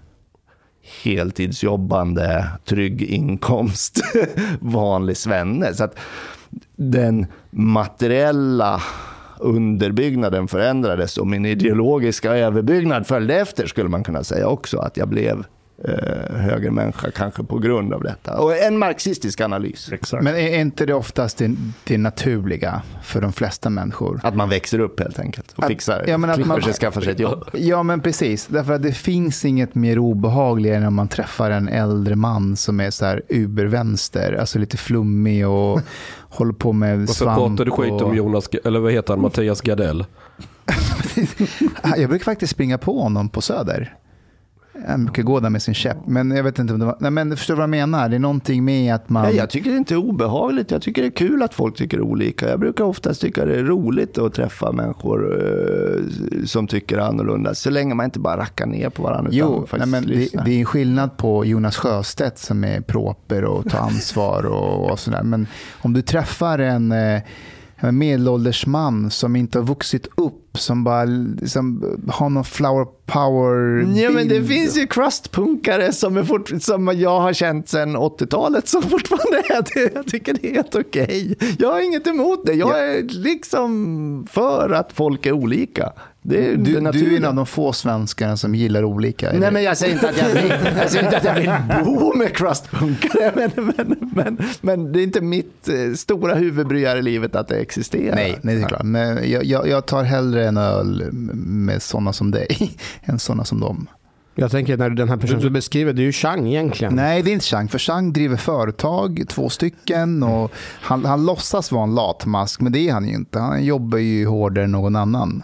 heltidsjobbande, trygg inkomst, vanlig svenne. Så att den materiella underbyggnaden förändrades och min ideologiska överbyggnad följde efter, skulle man kunna säga också, att jag blev eh, högermänniska kanske på grund av detta. Och en marxistisk analys. Exakt. Men är inte det oftast det, det naturliga för de flesta människor? Att man växer upp helt enkelt och att, fixar, ja, men att klipper man sig, skaffar sig ett jobb. Ja, men precis. Därför att det finns inget mer obehagligt än när man träffar en äldre man som är så här ubervänster, alltså lite flummig och håller på med och så svamp. pratar du skit och... om Jonas, eller vad heter han, Mattias Gardell. Jag brukar faktiskt springa på honom på Söder. Han brukar gå där med sin käpp. Men jag vet inte om det var... Nej, men förstår du vad jag menar? Det är någonting med att man... Nej, jag tycker det inte är obehagligt. Jag tycker det är kul att folk tycker olika. Jag brukar oftast tycka det är roligt att träffa människor eh, som tycker annorlunda. Så länge man inte bara rackar ner på varandra. Jo, nej, men det, det är en skillnad på Jonas Sjöstedt som är proper och tar ansvar och, och sådär. Men om du träffar en... Eh, en medelålders man som inte har vuxit upp, som bara liksom, har någon flower power bild. Ja, men det finns ju crustpunkare som, är fort, som jag har känt sedan åttiotalet som fortfarande är det. Jag tycker det är helt okej. Jag har inget emot det. Jag är liksom för att folk är olika. Det är du, det du är en av de få svenskarna som gillar olika. Nej, men jag säger inte att jag vill, jag säger inte att jag vill bo med crustpunkare, men, men, men, men det är inte mitt eh, stora huvudbry i livet att det existerar. Nej, nej, det är klart. Men jag, jag, jag tar hellre en öl med sådana som dig än sådana som dem. Jag tänker när den här personen du beskriver, det är ju Chang egentligen. Nej, det är inte Chang. För Chang driver företag, två stycken. Och han, han låtsas vara en latmask, men det är han ju inte. Han jobbar ju hårdare än någon annan.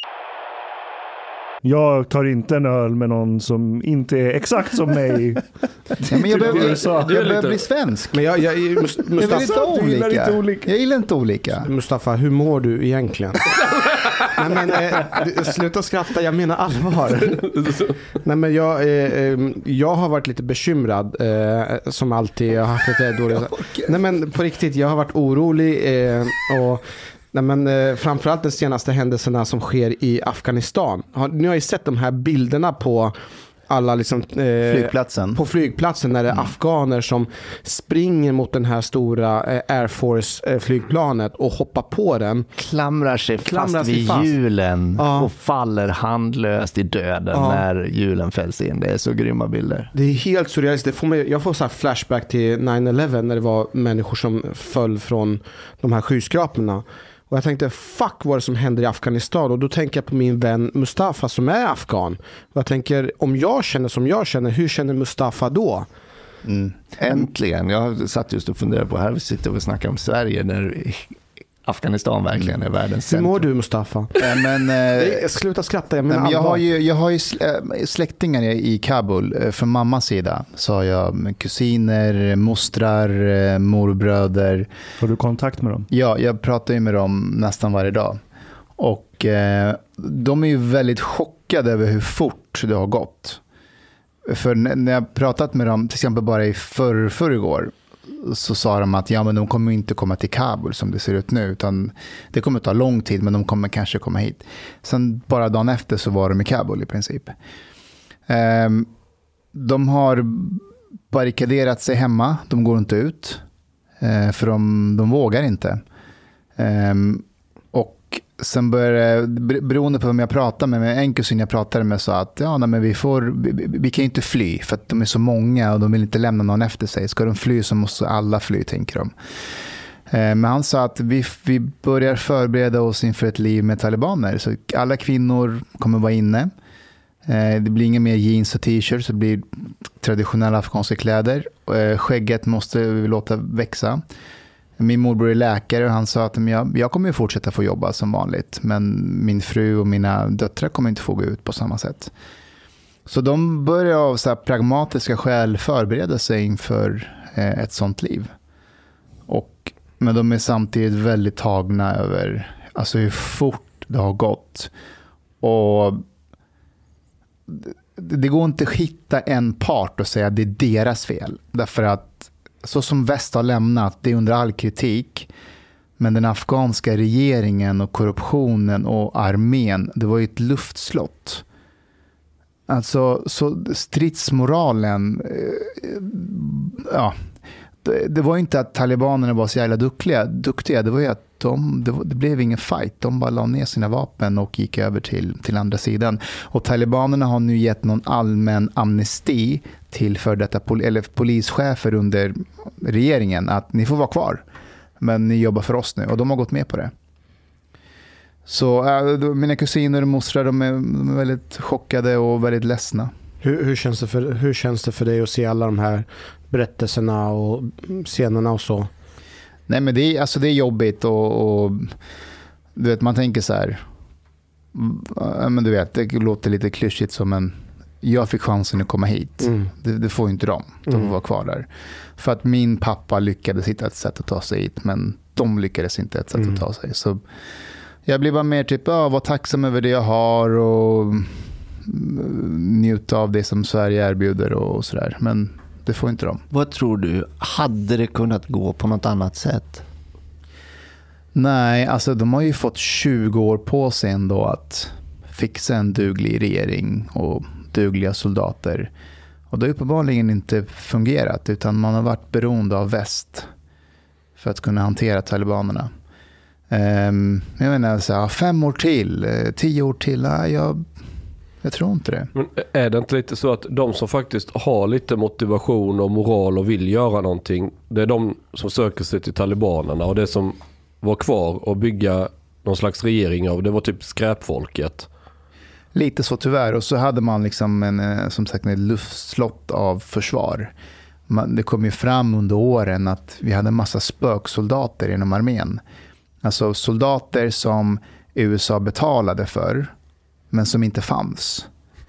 Jag tar inte en öl med någon som inte är exakt som mig. Ja, men jag behöver, Du sa- jag du är behöver lite- bli svensk. Men jag, jag, Must- Jag vill Mustafa, inte du gillar olika. inte olika. Jag gillar inte olika. Mustafa, hur mår du egentligen? Nej, men, eh, du- sluta skratta, jag menar allvar. Nej, men jag, eh, eh, jag har varit lite bekymrad, eh, som alltid. Jag har haft lite dåligt. Nej, men på riktigt, jag har varit orolig eh, och nej, men, eh, framförallt de senaste händelserna som sker i Afghanistan. Har, ni har ju sett de här bilderna på alla liksom, eh, Flygplatsen. på flygplatsen när det är Mm. afghaner som springer mot den här stora eh, Air Force eh, flygplanet och hoppar på den. Klamrar sig Klamrar fast sig vid fast. hjulen Ja. och faller handlöst i döden Ja. när hjulen fälls in. Det är så grymma bilder. Det är helt surrealistiskt. Det får mig, jag får så här flashback till nine eleven när det var människor som föll från de här skyskraporna. Och jag tänkte, fuck vad det som händer i Afghanistan. Och då tänker jag på min vän Mustafa som är afghan. Och jag tänker, om jag känner som jag känner, hur känner Mustafa då? Mm. Äntligen. Jag satt just och funderade på, här vi sitter och snackar om Sverige när Afghanistan verkligen är världens Hur mår centrum. du, Mustafa? Eh, Men, eh, Jag sluta skratta, jag nej, menar men jag allvar. har ju, jag har ju sl- äh, släktingar i i Kabul. Eh, Från mammas sida så har jag kusiner, mostrar, eh, morbröder. Har du kontakt med dem? Ja, jag pratar ju med dem nästan varje dag. Och eh, de är ju väldigt chockade över hur fort det har gått. För n- när jag pratat med dem, till exempel bara i förr, förrgår, så sa de att ja, men de kommer inte komma till Kabul som det ser ut nu, utan det kommer ta lång tid, men de kommer kanske komma hit. Sen bara dagen efter så var de i Kabul i princip. Ehm, de har barrikaderat sig hemma, de går inte ut, eh, för de, de vågar inte. Ehm, och sen började, beroende på vem jag pratade med, med en kusin jag pratade med sa att ja, nej, men vi, får, vi, vi kan inte fly för att de är så många och de vill inte lämna någon efter sig. Ska de fly så måste alla fly, tänker de. Eh, men han sa att vi, vi börjar förbereda oss inför ett liv med talibaner. Så alla kvinnor kommer vara inne. Eh, det blir inga mer jeans och t-shirts, det blir traditionella afghanska kläder. Eh, skägget måste vi låta växa. Min morbror är läkare och han sa att jag, jag kommer ju fortsätta få jobba som vanligt, men min fru och mina döttrar kommer inte få gå ut på samma sätt. Så de börjar av så här pragmatiska skäl förbereda sig inför eh, ett sånt liv. Och, men de är samtidigt väldigt tagna över alltså hur fort det har gått. Och det går inte att hitta en part och säga att det är deras fel. Därför att så som väst har lämnat, det är under all kritik. Men den afghanska regeringen och korruptionen och armén, det var ju ett luftslott. Alltså så stridsmoralen, ja, det, det var inte att talibanerna var så jävla duktiga, duktiga det var ju att de, det, det blev ingen fight, de bara la ner sina vapen och gick över till, till andra sidan. Och talibanerna har nu gett någon allmän amnesti till för detta pol, eller polischefer under regeringen att ni får vara kvar, men ni jobbar för oss nu, och de har gått med på det. Så äh, mina kusiner och mostrar, de är, de är väldigt chockade och väldigt ledsna. Hur, hur, känns det för, hur känns det för dig att se alla de här berättelserna och scenerna och så? Nej, men det är, alltså det är jobbigt och, och du vet, man tänker så här, men du vet, det låter lite klyschigt som en, jag fick chansen att komma hit. Mm. Det, det får inte de, de får mm. vara kvar där. För att min pappa lyckades hitta ett sätt att ta sig hit, men de lyckades inte ett sätt mm. att ta sig. Så jag blir bara mer typ, ja, var tacksam över det jag har och njuta av det som Sverige erbjuder och sådär. Men det får inte de. Vad tror du? Hade det kunnat gå på något annat sätt? Nej, alltså de har ju fått tjugo år på sig ändå att fixa en duglig regering och dugliga soldater. Och det har uppenbarligen inte fungerat, utan man har varit beroende av väst för att kunna hantera talibanerna. Um, jag menar så här, fem år till, tio år till, nej, jag, jag tror inte det. Men är det inte lite så att de som faktiskt har lite motivation och moral och vill göra någonting, det är de som söker sig till talibanerna, och det som var kvar och bygga någon slags regering av, det var typ skräpfolket. Lite så tyvärr, och så hade man liksom en, som sagt, en luftslott av försvar. Man, det kom ju fram under åren att vi hade en massa spöksoldater inom armén. Alltså soldater som U S A betalade för, men som inte fanns.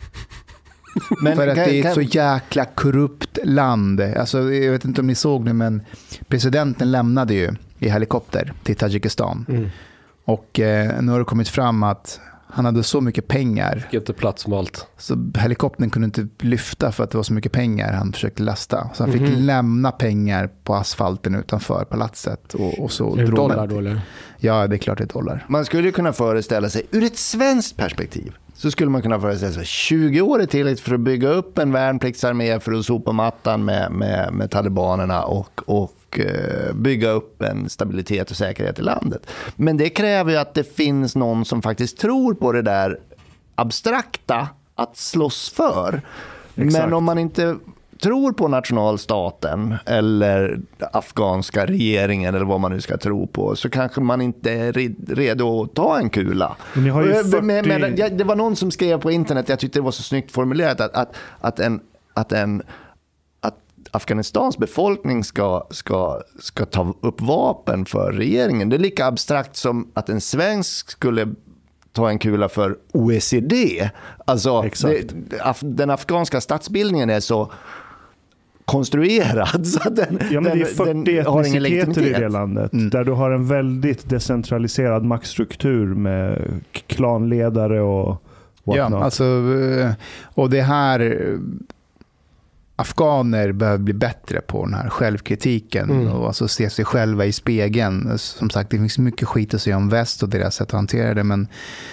Men för att det är ett så jäkla korrupt land. Alltså, jag vet inte om ni såg det, men presidenten lämnade ju i helikopter till Tadzjikistan. Mm. Och eh, nu har det kommit fram att han hade så mycket pengar. Fick inte plats med allt. Så helikoptern kunde inte lyfta för att det var så mycket pengar han försökte lasta. Så han fick mm. lämna pengar på asfalten utanför palatset. Och, och så är det dollar då, eller? Ja, det är klart det är dollar. Man skulle kunna föreställa sig, ur ett svenskt perspektiv, så skulle man kunna föreställa sig tjugo år är tillräckligt för att bygga upp en värnpliktsarmé för att sopa mattan med, med, med talibanerna och, och eh, bygga upp en stabilitet och säkerhet i landet. Men det kräver ju att det finns någon som faktiskt tror på det där abstrakta att slåss för. Exakt. Men om man inte tror på nationalstaten eller afghanska regeringen eller vad man nu ska tro på, så kanske man inte är redo att ta en kula. Men ni har ju fyrtio... men, men, det var någon som skrev på internet, jag tyckte det var så snyggt formulerat, att, att, att, en, att, en, att Afghanistans befolkning ska, ska, ska ta upp vapen för regeringen. Det är lika abstrakt som att en svensk skulle ta en kula för O E C D. Alltså, det, den afghanska statsbildningen är så konstruerad så att den, ja, men den, det är fyrtio den har ingen legitimitet i det landet mm. där du har en väldigt decentraliserad maktstruktur med klanledare och whatnot. Ja, alltså, och det här afghaner behöver bli bättre på den här självkritiken mm. och alltså se sig själva i spegeln. Som sagt, det finns mycket skit att säga om väst och deras sätt att hantera det, men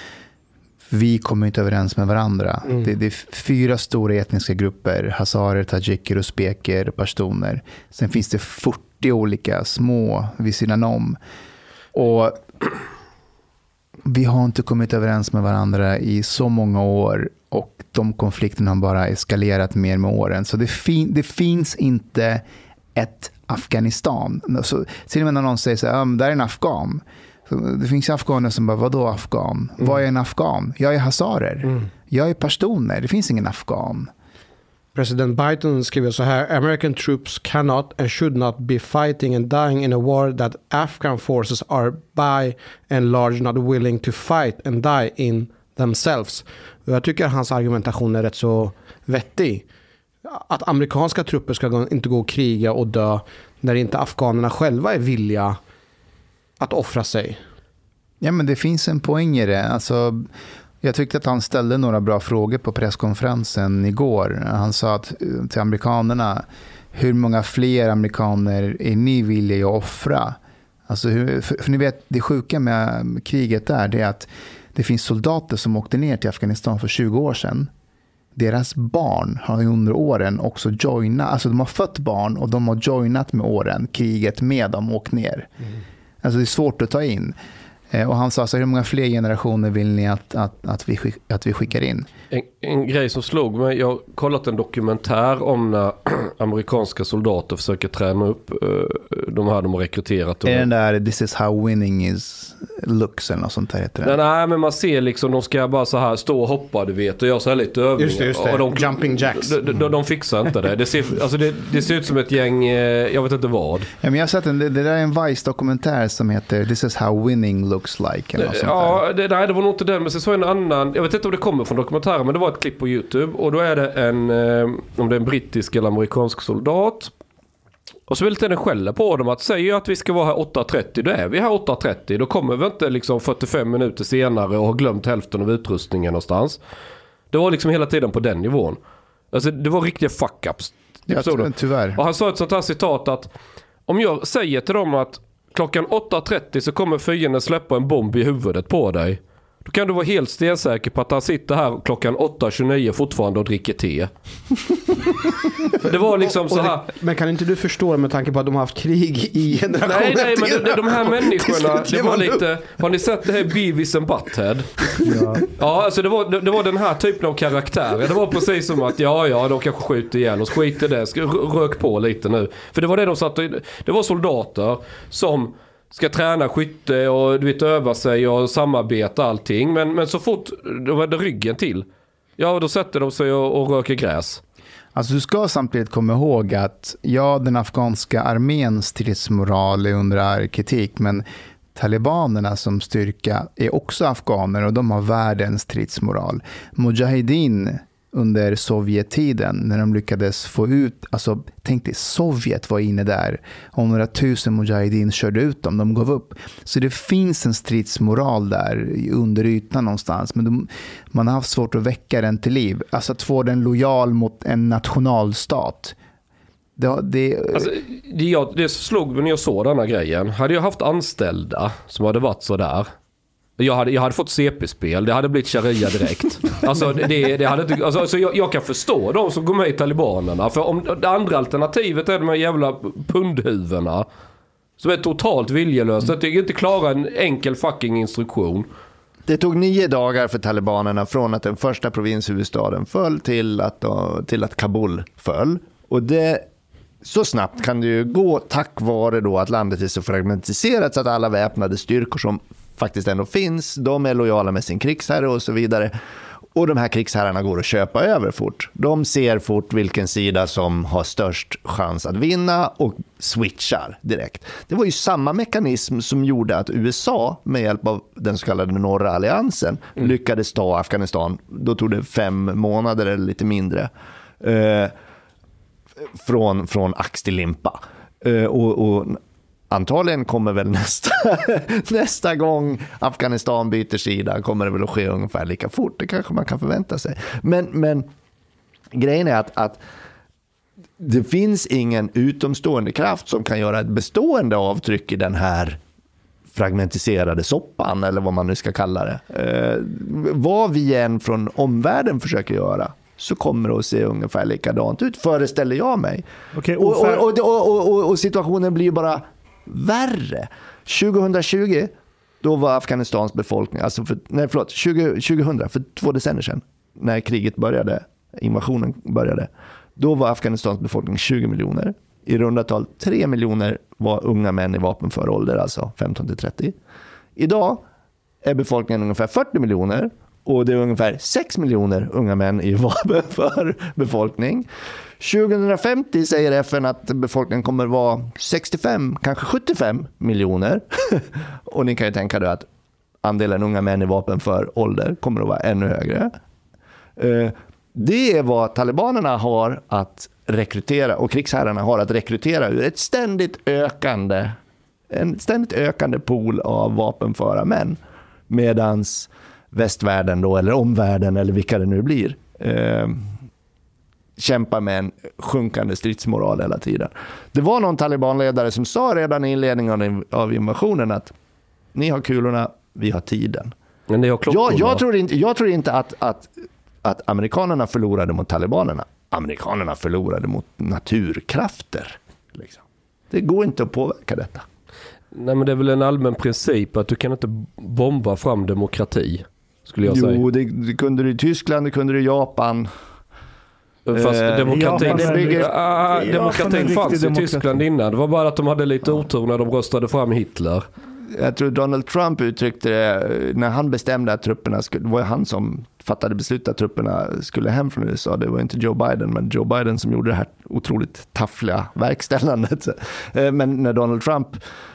vi kommer inte överens med varandra. Mm. Det, det är fyra stora etniska grupper: hazarer, tajiker, uzbeker, pashtuner. Sen finns det fyrtio olika små vid sidan om. Och vi har inte kommit överens med varandra i så många år, och de konflikterna har bara eskalerat mer med åren. Så det, fin- det finns inte ett Afghanistan. Så, till och med när någon säger så här, ah, där är en afghan. Så det finns afghaner som bara, vadå afghan? Mm. Vad är en afghan? Jag är hazarer. Mm. Jag är pashtuner. Det finns ingen afghan. President Biden skriver så här: American troops cannot and should not be fighting and dying in a war that Afghan forces are by and large not willing to fight and die in themselves. Och jag tycker hans argumentation är rätt så vettig. Att amerikanska trupper ska inte gå och kriga och dö när inte afghanerna själva är villiga att offra sig. Ja, men det finns en poäng i det. Alltså, Jag tyckte att han ställde några bra frågor på presskonferensen igår. Han sa att, till amerikanerna, hur många fler amerikaner är ni villiga att offra? Alltså hur, för, för ni vet, det sjuka med kriget där, det är att det finns soldater som åkte ner till Afghanistan för tjugo år sedan. Deras barn har under åren också joinat, alltså de har fött barn och de har joinat med åren kriget med dem och åkt ner. Mm. Alltså det är svårt att ta in. Och han sa så här, hur många fler generationer vill ni att, att, att, vi, skick, att vi skickar in? En, en grej som slog mig, jag har kollat en dokumentär om när amerikanska soldater försöker träna upp uh, de här de har rekryterat. Är den där This is how winning is looks eller något sånt där heter det? Nej, nej, men man ser liksom, de ska bara så här stå och hoppa, du vet, och göra så här lite övningar. Just det, just det. Och de, Jumping jacks. De, de, de, de fixar inte det. Det ser, alltså det, det ser ut som ett gäng, eh, jag vet inte vad. Ja, men jag har sett en, det, det där är en Vice-dokumentär som heter This is how winning looks like. Eller något sånt ja, det, nej, det var nog inte den, men så såg en annan, jag vet inte om det kommer från dokumentären, men det var ett klipp på YouTube och då är det en, eh, om det är en brittisk eller amerikansk soldat. Och så vill den skälla på dem att säga att vi ska vara här åtta trettio, då är vi här åtta trettio. Då kommer vi inte liksom fyrtiofem minuter senare och har glömt hälften av utrustningen någonstans. Det var liksom hela tiden på den nivån. Alltså det var riktiga fuck-ups. Ja, tyvärr. Och han sa ett sånt här citat att om jag säger till dem att klockan åtta trettio så kommer fienden släppa en bomb i huvudet på dig. Då kan du vara helt stensäker på att han sitter här klockan åtta tjugonio fortfarande och dricker te. Det var liksom så här. Men kan inte du förstå med tanke på att de har haft krig i generationer? Nej, nej, men de, de här människorna, det var lite, har ni sett det här Beavis and Butthead? Ja. Ja, alltså det var, det, det var den här typen av karaktärer. Det var precis som att, ja, ja, de kanske skjuter igen och skiter det, ska rök på lite nu. För det var det de satt och, det var soldater som ska träna skytte och du vet, öva sig och samarbeta allting. Men, men så fort de hade ryggen till, ja, då sätter de sig och, och röker gräs. Alltså du ska samtidigt komma ihåg att ja, den afghanska arméns stridsmoral är under kritik, men talibanerna som styrka är också afghaner och de har världens stridsmoral. Mujahedin under Sovjettiden när de lyckades få ut, alltså tänk dig, Sovjet var inne där och några tusen mujahedin körde ut dem, de gav upp. Så det finns en stridsmoral där under ytan någonstans, men de, man har haft svårt att väcka den till liv. Alltså att få den lojal mot en nationalstat. Det, det, alltså, det, jag, det slog mig när jag såg den här grejen. Hade jag haft anställda som hade varit så där, Jag hade, jag hade fått C P-spel. Det hade blivit sharia direkt. Alltså, det, det hade inte, alltså, alltså jag, jag kan förstå de som går med i talibanerna. För om det andra alternativet är de här jävla pundhuvorna som är totalt viljelöst. Att de inte klarar en enkel fucking instruktion. Det tog nio dagar för talibanerna från att den första provinshuvudstaden föll till att, till att Kabul föll. Och det, så snabbt kan det ju gå tack vare då att landet är så fragmentiserat så att alla väpnade styrkor som faktiskt ändå finns, de är lojala med sin krigsherre och så vidare. Och de här krigsherrarna går att köpa över fort. De ser fort vilken sida som har störst chans att vinna och switchar direkt. Det var ju samma mekanism som gjorde att U S A med hjälp av den så kallade norra alliansen mm. lyckades ta Afghanistan. Då tog det fem månader eller lite mindre. Eh, från, från ax till limpa. Eh, och, och antagligen kommer väl nästa, nästa gång Afghanistan byter sida kommer det väl att ske ungefär lika fort. Det kanske man kan förvänta sig. Men, men grejen är att, att det finns ingen utomstående kraft som kan göra ett bestående avtryck i den här fragmentiserade soppan eller vad man nu ska kalla det. Eh, vad vi än från omvärlden försöker göra så kommer det att se ungefär likadant ut, föreställer jag mig. Okay, och, och, och, och, och, och situationen blir ju bara värre. tjugohundratjugo då var Afghanistans befolkning, alltså för, nej förlåt, tjugo, tjugohundra, för två decennier sedan när kriget började, invasionen började, då var Afghanistans befolkning tjugo miljoner. I runda tal tre miljoner var unga män i vapenför ålder, alltså femton till trettio. Idag är befolkningen ungefär fyrtio miljoner och det är ungefär sex miljoner unga män i vapenför befolkning. tjugohundrafemtio säger F N att befolkningen kommer vara sextiofem, kanske sjuttiofem miljoner. Och ni kan ju tänka då att andelen unga män i vapenför ålder kommer att vara ännu högre. Det är vad talibanerna har att rekrytera och krigsherrarna har att rekrytera ur ett ständigt ökande, en ständigt ökande pool av vapenföra män. Medans västvärlden då, eller omvärlden eller vilka det nu blir, eh, kämpar med en sjunkande stridsmoral hela tiden. Det var någon talibanledare som sa redan i inledningen av invasionen att ni har kulorna, vi har tiden. Men ni har klockorna. Jag, jag tror inte, jag tror inte att, att, att amerikanerna förlorade mot talibanerna. Amerikanerna förlorade mot naturkrafter. Liksom. Det går inte att påverka detta. Nej, men det är väl en allmän princip att du kan inte bomba fram demokrati, skulle jag jo, säga. Jo, det, det kunde du i Tyskland, det kunde du i Japan. Fast Eh, demokratin, Japan är- bygger, ah, Japan är demokratin riktig fanns i demokrati. Tyskland innan. Det var bara att de hade lite otur när de röstade fram Hitler. Jag tror Donald Trump uttryckte det när han bestämde att trupperna skulle, det var han som fattade beslut att trupperna skulle hem från U S A. Det var inte Joe Biden, men Joe Biden som gjorde det här otroligt taffliga verkställandet. Men när Donald Trump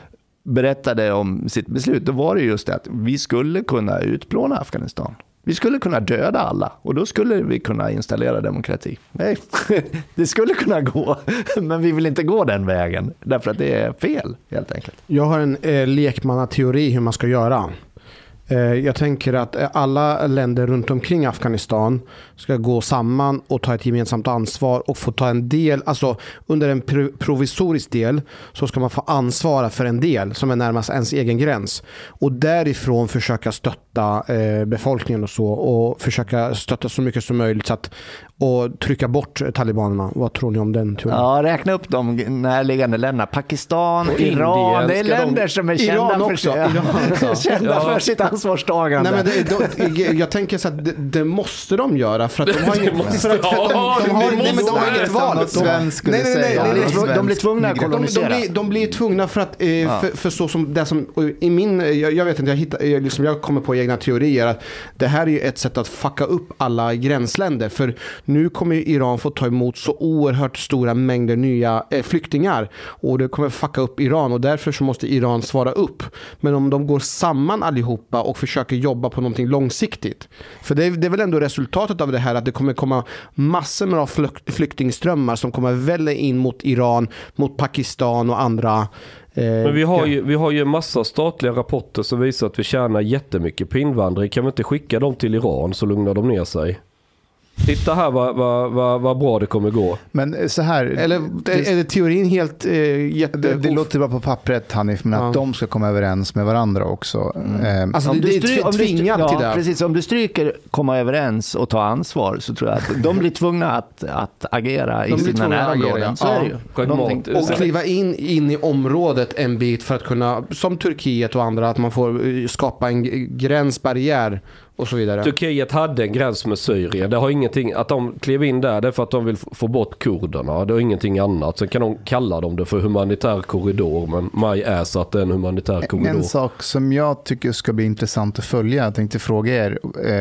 berättade om sitt beslut, då var det just det att vi skulle kunna utplåna Afghanistan. Vi skulle kunna döda alla och då skulle vi kunna installera demokrati. Nej, det skulle kunna gå, men vi vill inte gå den vägen därför att det är fel helt enkelt. Jag har en eh, lekmannateori hur man ska göra. Eh, jag tänker att eh, alla länder runt omkring Afghanistan ska gå samman och ta ett gemensamt ansvar och få ta en del, alltså under en pro- provisorisk del så ska man få ansvara för en del som är närmast ens egen gräns och därifrån försöka stötta eh, befolkningen och så och försöka stötta så mycket som möjligt så att, och trycka bort talibanerna. Vad tror ni om den teorin? Ja, räkna upp de närliggande länderna. Pakistan, Och Iran, Indien, det är ska de- länder som är kända Iran för, också, sig- Iran. kända Ja. för sitt ansvarstagande. Nej, men det, det, jag tänker så att det, det måste de göra för att de har Det inget måste- för att, för att de, Ja, de, det har, måste nej, men de har de. inget val. Något svenskt skulle Nej, nej, nej, säga. nej, de, nej, blir, nej, de blir tvungna att De, de, kolonisera. blir, de blir tvungna för att, eh, för, för så som det som i min, jag, jag vet inte, jag hittar, jag, liksom, jag kommer på egna teorier att det här är ju ett sätt att fucka upp alla gränsländer för nu kommer ju Iran få ta emot så oerhört stora mängder nya eh, flyktingar och det kommer fucka upp Iran och därför så måste Iran svara upp. Men om de går samman allihopa och försöker jobba på någonting långsiktigt, för det är, det är väl ändå resultatet av det här att det kommer komma massor av flykt, flyktingströmmar som kommer välla in mot Iran, mot Pakistan och andra. Eh, Men vi har, ju, vi har ju en massa statliga rapporter som visar att vi tjänar jättemycket på invandring. Kan vi inte skicka dem till Iran så lugnar de ner sig? Titta här vad, vad, vad, vad bra det kommer gå. Men så här, Eller är det teorin helt eh, jätte... det, det låter bra på pappret, Hanif, men Ja. att de ska komma överens med varandra också. Mm. Alltså Om det, du det stry- är om du stry- tvingat ja, till det. Precis, om du stryker komma överens och ta ansvar så tror jag att de blir tvungna att, att agera i De blir sina tvungna att närområden. agera, Så ja. är det ju. Pragmat- Och kliva in, in i området en bit för att kunna, som Turkiet och andra, att man får eh, skapa en g- gränsbarriär och så vidare. Turkiet hade en gräns med Syrien. Det har ingenting, att de klev in där det är för att de vill få bort kurderna. Det är ingenting annat. Sen kan de kalla dem det för humanitär korridor, men my ass att det är en humanitär korridor. En sak som jag tycker ska bli intressant att följa, jag tänkte fråga er, eh,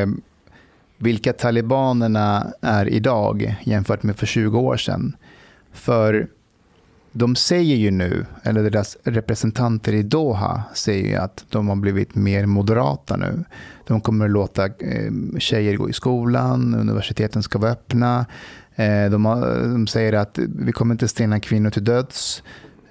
vilka talibanerna är idag jämfört med för tjugo år sedan. För de säger ju nu, eller deras representanter i Doha säger ju att de har blivit mer moderata nu. De kommer att låta eh, tjejer gå i skolan, universiteten ska vara öppna. Eh, de, har, de säger att vi kommer inte stena kvinnor till döds.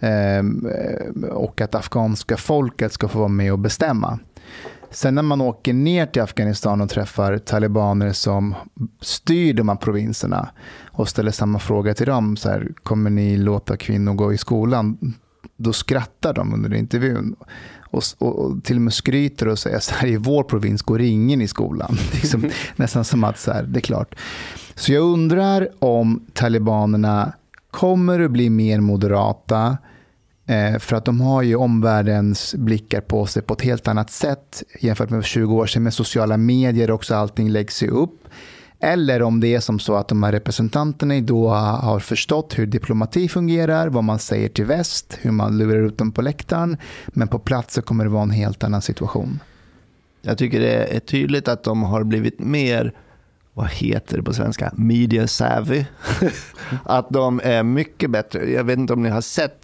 Eh, och att afghanska folket ska få vara med och bestämma. Sen när man åker ner till Afghanistan och träffar talibaner som styr de här provinserna och ställer samma fråga till dem, så här, kommer ni låta kvinnor gå i skolan? Då skrattar de under intervjun och, och, och till och med skryter och säger så här, i vår provins går ingen i skolan. Liksom, nästan som att så här, det är klart. Så jag undrar om talibanerna kommer att bli mer moderata. För att de har ju omvärldens blickar på sig på ett helt annat sätt jämfört med tjugo år sedan med sociala medier också, allting läggs sig upp. Eller om det är som så att de här representanterna i Doha har förstått hur diplomati fungerar, vad man säger till väst, hur man lurar ut dem på läktaren, men på plats så kommer det vara en helt annan situation. Jag tycker det är tydligt att de har blivit mer, vad heter det på svenska, media savvy. Att de är mycket bättre. Jag vet inte om ni har sett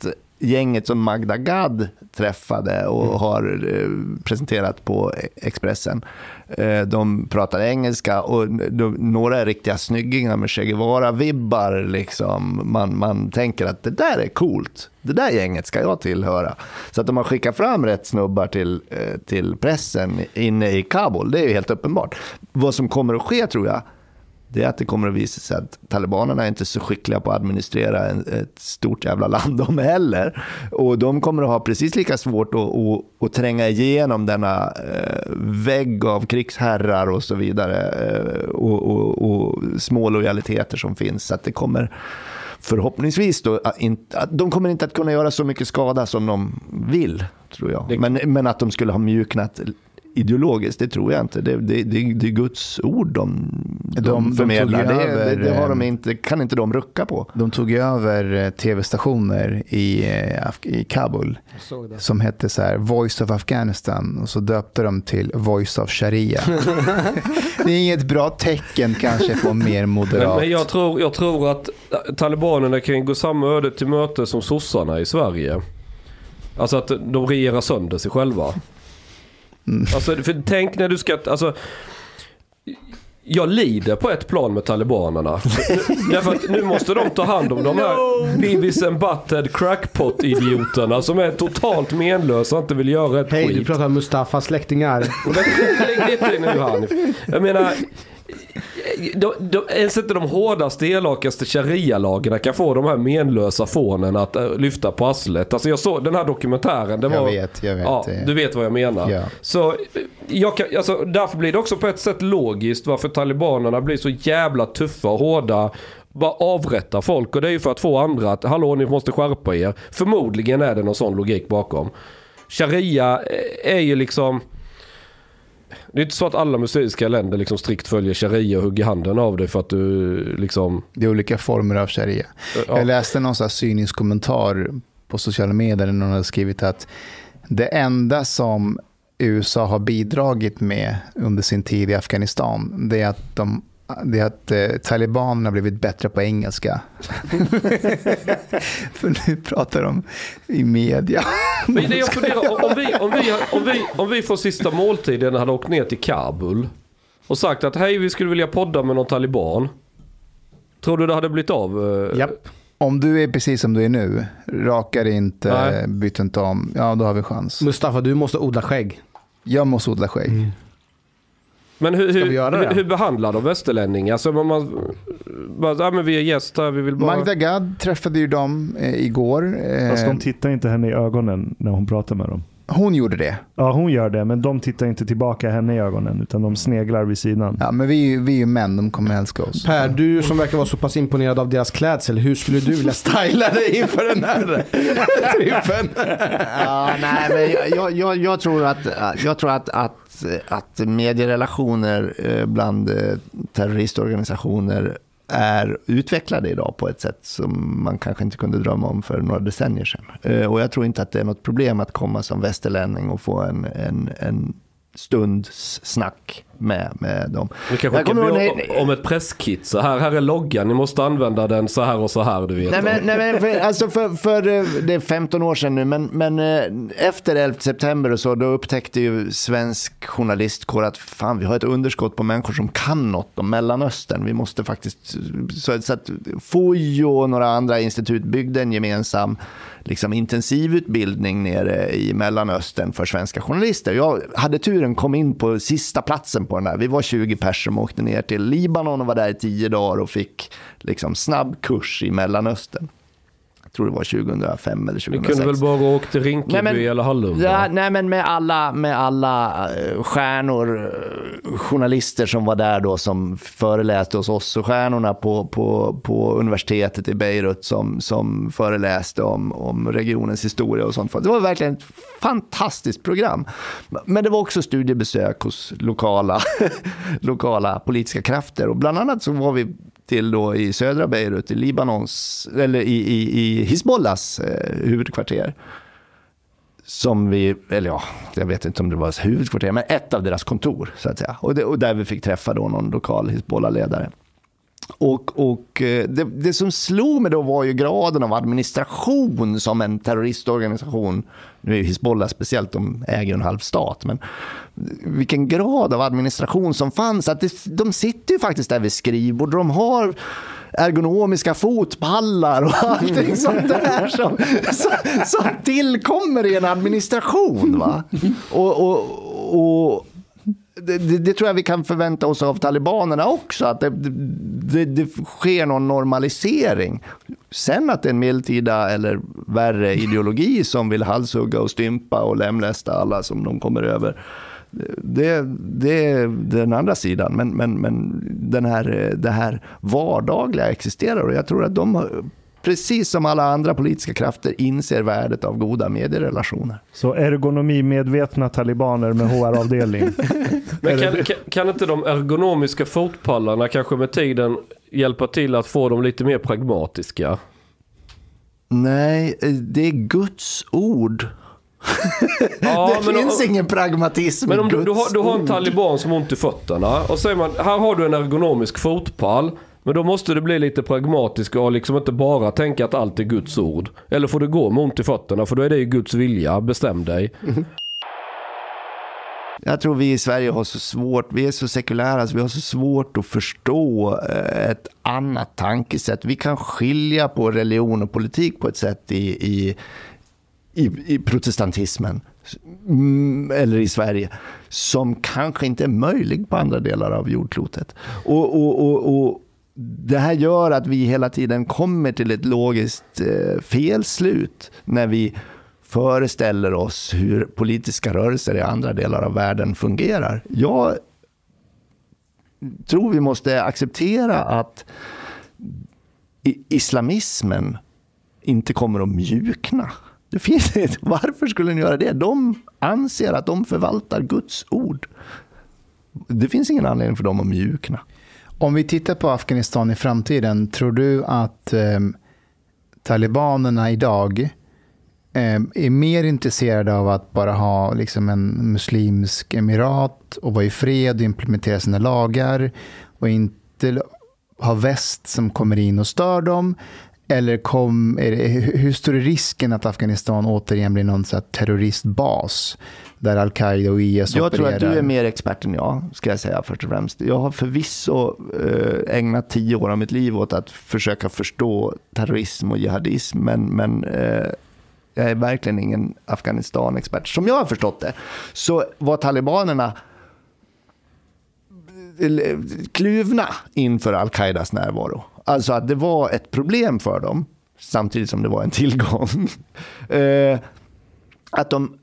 gänget som Magda Gad träffade och mm. har eh, presenterat på Expressen. Eh, de pratar engelska och de, några är riktiga snyggingar med Che Guevara-vibbar. Liksom. Man, man tänker att det där är coolt. Det där gänget ska jag tillhöra. Så att de har skickat fram rätt snubbar till, eh, till pressen inne i Kabul, det är ju helt uppenbart. Vad som kommer att ske, tror jag, det är att det kommer att visa sig att talibanerna är inte så skickliga på att administrera en, ett stort jävla land de heller. Och de kommer att ha precis lika svårt att, att, att tränga igenom denna eh, vägg av krigsherrar och så vidare eh, och, och, och små lojaliteter som finns. Så att det kommer förhoppningsvis då, att inte, att de kommer inte att kunna göra så mycket skada som de vill, tror jag. Men, men att de skulle ha mjuknat ideologiskt, det tror jag inte. Det, det, det, det är Guds ord de, de, de förmedlar. De det, över, det, det har de inte, kan inte de rucka på. De tog över tv-stationer i, i Kabul som hette så här Voice of Afghanistan, och så döpte de till Voice of Sharia. Det är inget bra tecken kanske på mer moderat. Men, men jag, tror, jag tror att talibanerna kan gå samma öde till möte som sossarna i Sverige. Alltså att de regerar sönder sig själva. Mm. Alltså, för tänk när du ska, alltså, jag lider på ett plan med talibanerna. Därför att nu måste de ta hand om de här Beavis and Butthead crackpot-idioterna som är totalt menlösa och inte vill göra ett Hej, skit. du pratar om Mustafas släktingar. Lägg lite nu, Hanif. Jag menar, de, de, ens inte de hårdaste, elakaste sharia-lagarna kan få de här menlösa fånen att uh, lyfta på arslet. Alltså jag såg den här dokumentären. Det var, jag vet, jag vet. Ja, du vet vad jag menar. Ja. Så jag kan, alltså, därför blir det också på ett sätt logiskt varför talibanerna blir så jävla tuffa och hårda. Bara avrätta folk. Och det är ju för att få andra att, hallå, ni måste skärpa er. Förmodligen är det någon sån logik bakom. Sharia är ju liksom... Det är inte så att alla muslimska länder liksom strikt följer sharia och hugger handen av det för att du liksom... Det är olika former av sharia. Ja. Jag läste någon sån här cynisk kommentar på sociala medier där någon hade skrivit att det enda som U S A har bidragit med under sin tid i Afghanistan, det är att de det är att eh, talibanerna har blivit bättre på engelska. För nu pratar de i media. Men det jag funderar, om, vi, om, vi, om, vi, om vi får sista måltiden hade åkt ner till Kabul och sagt att hej, vi skulle vilja podda med någon taliban. Tror du det hade blivit av? Japp. Om du är precis som du är nu, rakar inte, byter inte om, ja då har vi chans. Mustafa, du måste odla skägg. Jag måste odla skägg. Mm. Men hur, hur, hur, hur behandlar de västerlänningar? Alltså man, man bara, ja, men vi är gäster, vi vill bara... Magda Gad träffade ju dem eh, igår. Eh, Fast de tittar inte henne i ögonen när hon pratar med dem. Hon gjorde det. Ja, hon gör det, men de tittar inte tillbaka henne i ögonen utan de sneglar vid sidan. Ja, men vi, vi är ju män, de kommer älska oss. Per, du som verkar vara så pass imponerad av deras klädsel, hur skulle du vilja styla dig inför den här trippen? Ja, nej, men jag, jag, jag tror att jag tror att, att, att medierelationer bland terroristorganisationer är utvecklade idag på ett sätt som man kanske inte kunde drömma om för några decennier sedan. Och jag tror inte att det är något problem att komma som västerlänning och få en, en, en stunds snack med, med dem. Vi kanske kan be om ett presskit. Så här, här är loggan, ni måste använda den så här och så här, du vet. Nej, men, nej, men för, alltså för, för det är femton år sedan nu, men, men efter elfte september och så, då upptäckte ju svensk journalistkår att fan, vi har ett underskott på människor som kan något om Mellanöstern. Vi måste faktiskt, så, så att F O I och några andra institut byggde en gemensam liksom intensivutbildning nere i Mellanöstern för svenska journalister. Jag hade turen, kom in på sista platsen på den där. Vi var tjugo personer som åkte ner till Libanon och var där i tio dagar och fick liksom snabb kurs i Mellanöstern. Jag tror det var tjugohundrafem eller tjugohundrasex. Vi kunde väl bara åka till Rinkeby nej, men, eller Hallunda? Ja, nej, men med alla, med alla stjärnor, journalister som var där då som föreläste hos oss och stjärnorna på, på, på universitetet i Beirut som, som föreläste om, om regionens historia och sånt. Det var verkligen ett fantastiskt program. Men det var också studiebesök hos lokala, lokala politiska krafter och bland annat så var vi till då i södra Beirut, i Libanons, eller i, i, i Hizbollahs eh, huvudkvarter. Som vi, eller ja, jag vet inte om det var huvudkvarter, men ett av deras kontor så att säga. Och, det, och där vi fick träffa då någon lokal Hizbollah-ledare. Och, och det, det som slog mig då var ju graden av administration som en terroristorganisation, nu är Hizbollah speciellt, de äger en halv stat, men vilken grad av administration som fanns, att det, de sitter ju faktiskt där vid skrivbord, de har ergonomiska fotpallar och allting sånt där som, som, som tillkommer i en administration, va? Och, och, och Det, det, det tror jag vi kan förvänta oss av talibanerna också, att det, det, det sker någon normalisering. Sen att det är en medeltida eller värre ideologi som vill halshugga och stympa och lämlästa alla som de kommer över, det, det är den andra sidan. Men, men, men den här, det här vardagliga existerar, och jag tror att de, precis som alla andra politiska krafter, inser värdet av goda medierelationer. Så ergonomimedvetna talibaner med H R-avdelning. Men kan, kan, kan inte de ergonomiska fotpallarna kanske med tiden hjälpa till att få dem lite mer pragmatiska? Nej, det är Guds ord. Ja, det men finns om, ingen pragmatism. Men om du, Guds du, har, du har en ord. taliban som har ont i fötterna och säger man, här har du en ergonomisk fotpall, men då måste du bli lite pragmatisk och liksom inte bara tänka att allt är Guds ord. Eller får du gå med ont i fötterna, för då är det ju Guds vilja, bestäm dig. Mm. Jag tror vi i Sverige har så svårt, vi är så sekulära, så vi har så svårt att förstå ett annat tankesätt. Vi kan skilja på religion och politik på ett sätt i, i, i, i protestantismen eller i Sverige som kanske inte är möjlig på andra delar av jordklotet. Och, och, och, och det här gör att vi hela tiden kommer till ett logiskt eh, felslut när vi föreställer oss hur politiska rörelser i andra delar av världen fungerar. Jag tror vi måste acceptera att islamismen inte kommer att mjukna. Det finns inte. Varför skulle den göra det? De anser att de förvaltar Guds ord. Det finns ingen anledning för dem att mjukna. Om vi tittar på Afghanistan i framtiden, tror du att eh, talibanerna idag eh, är mer intresserade av att bara ha liksom en muslimsk emirat och vara i fred och implementera sina lagar och inte ha väst som kommer in och stör dem? Eller kom, är det, hur stor är risken att Afghanistan återigen blir någon så här terroristbas där Al-Qaida och I S jag opererar? Jag tror att du är mer expert än jag, ska jag säga först och främst. Jag har förvisso eh, ägnat tio år av mitt liv åt att försöka förstå terrorism och jihadism, men, men eh, jag är verkligen ingen Afghanistan-expert. Som jag har förstått det så var talibanerna kluvna inför Al-Qaidas närvaro. Alltså att det var ett problem för dem samtidigt som det var en tillgång. eh, att de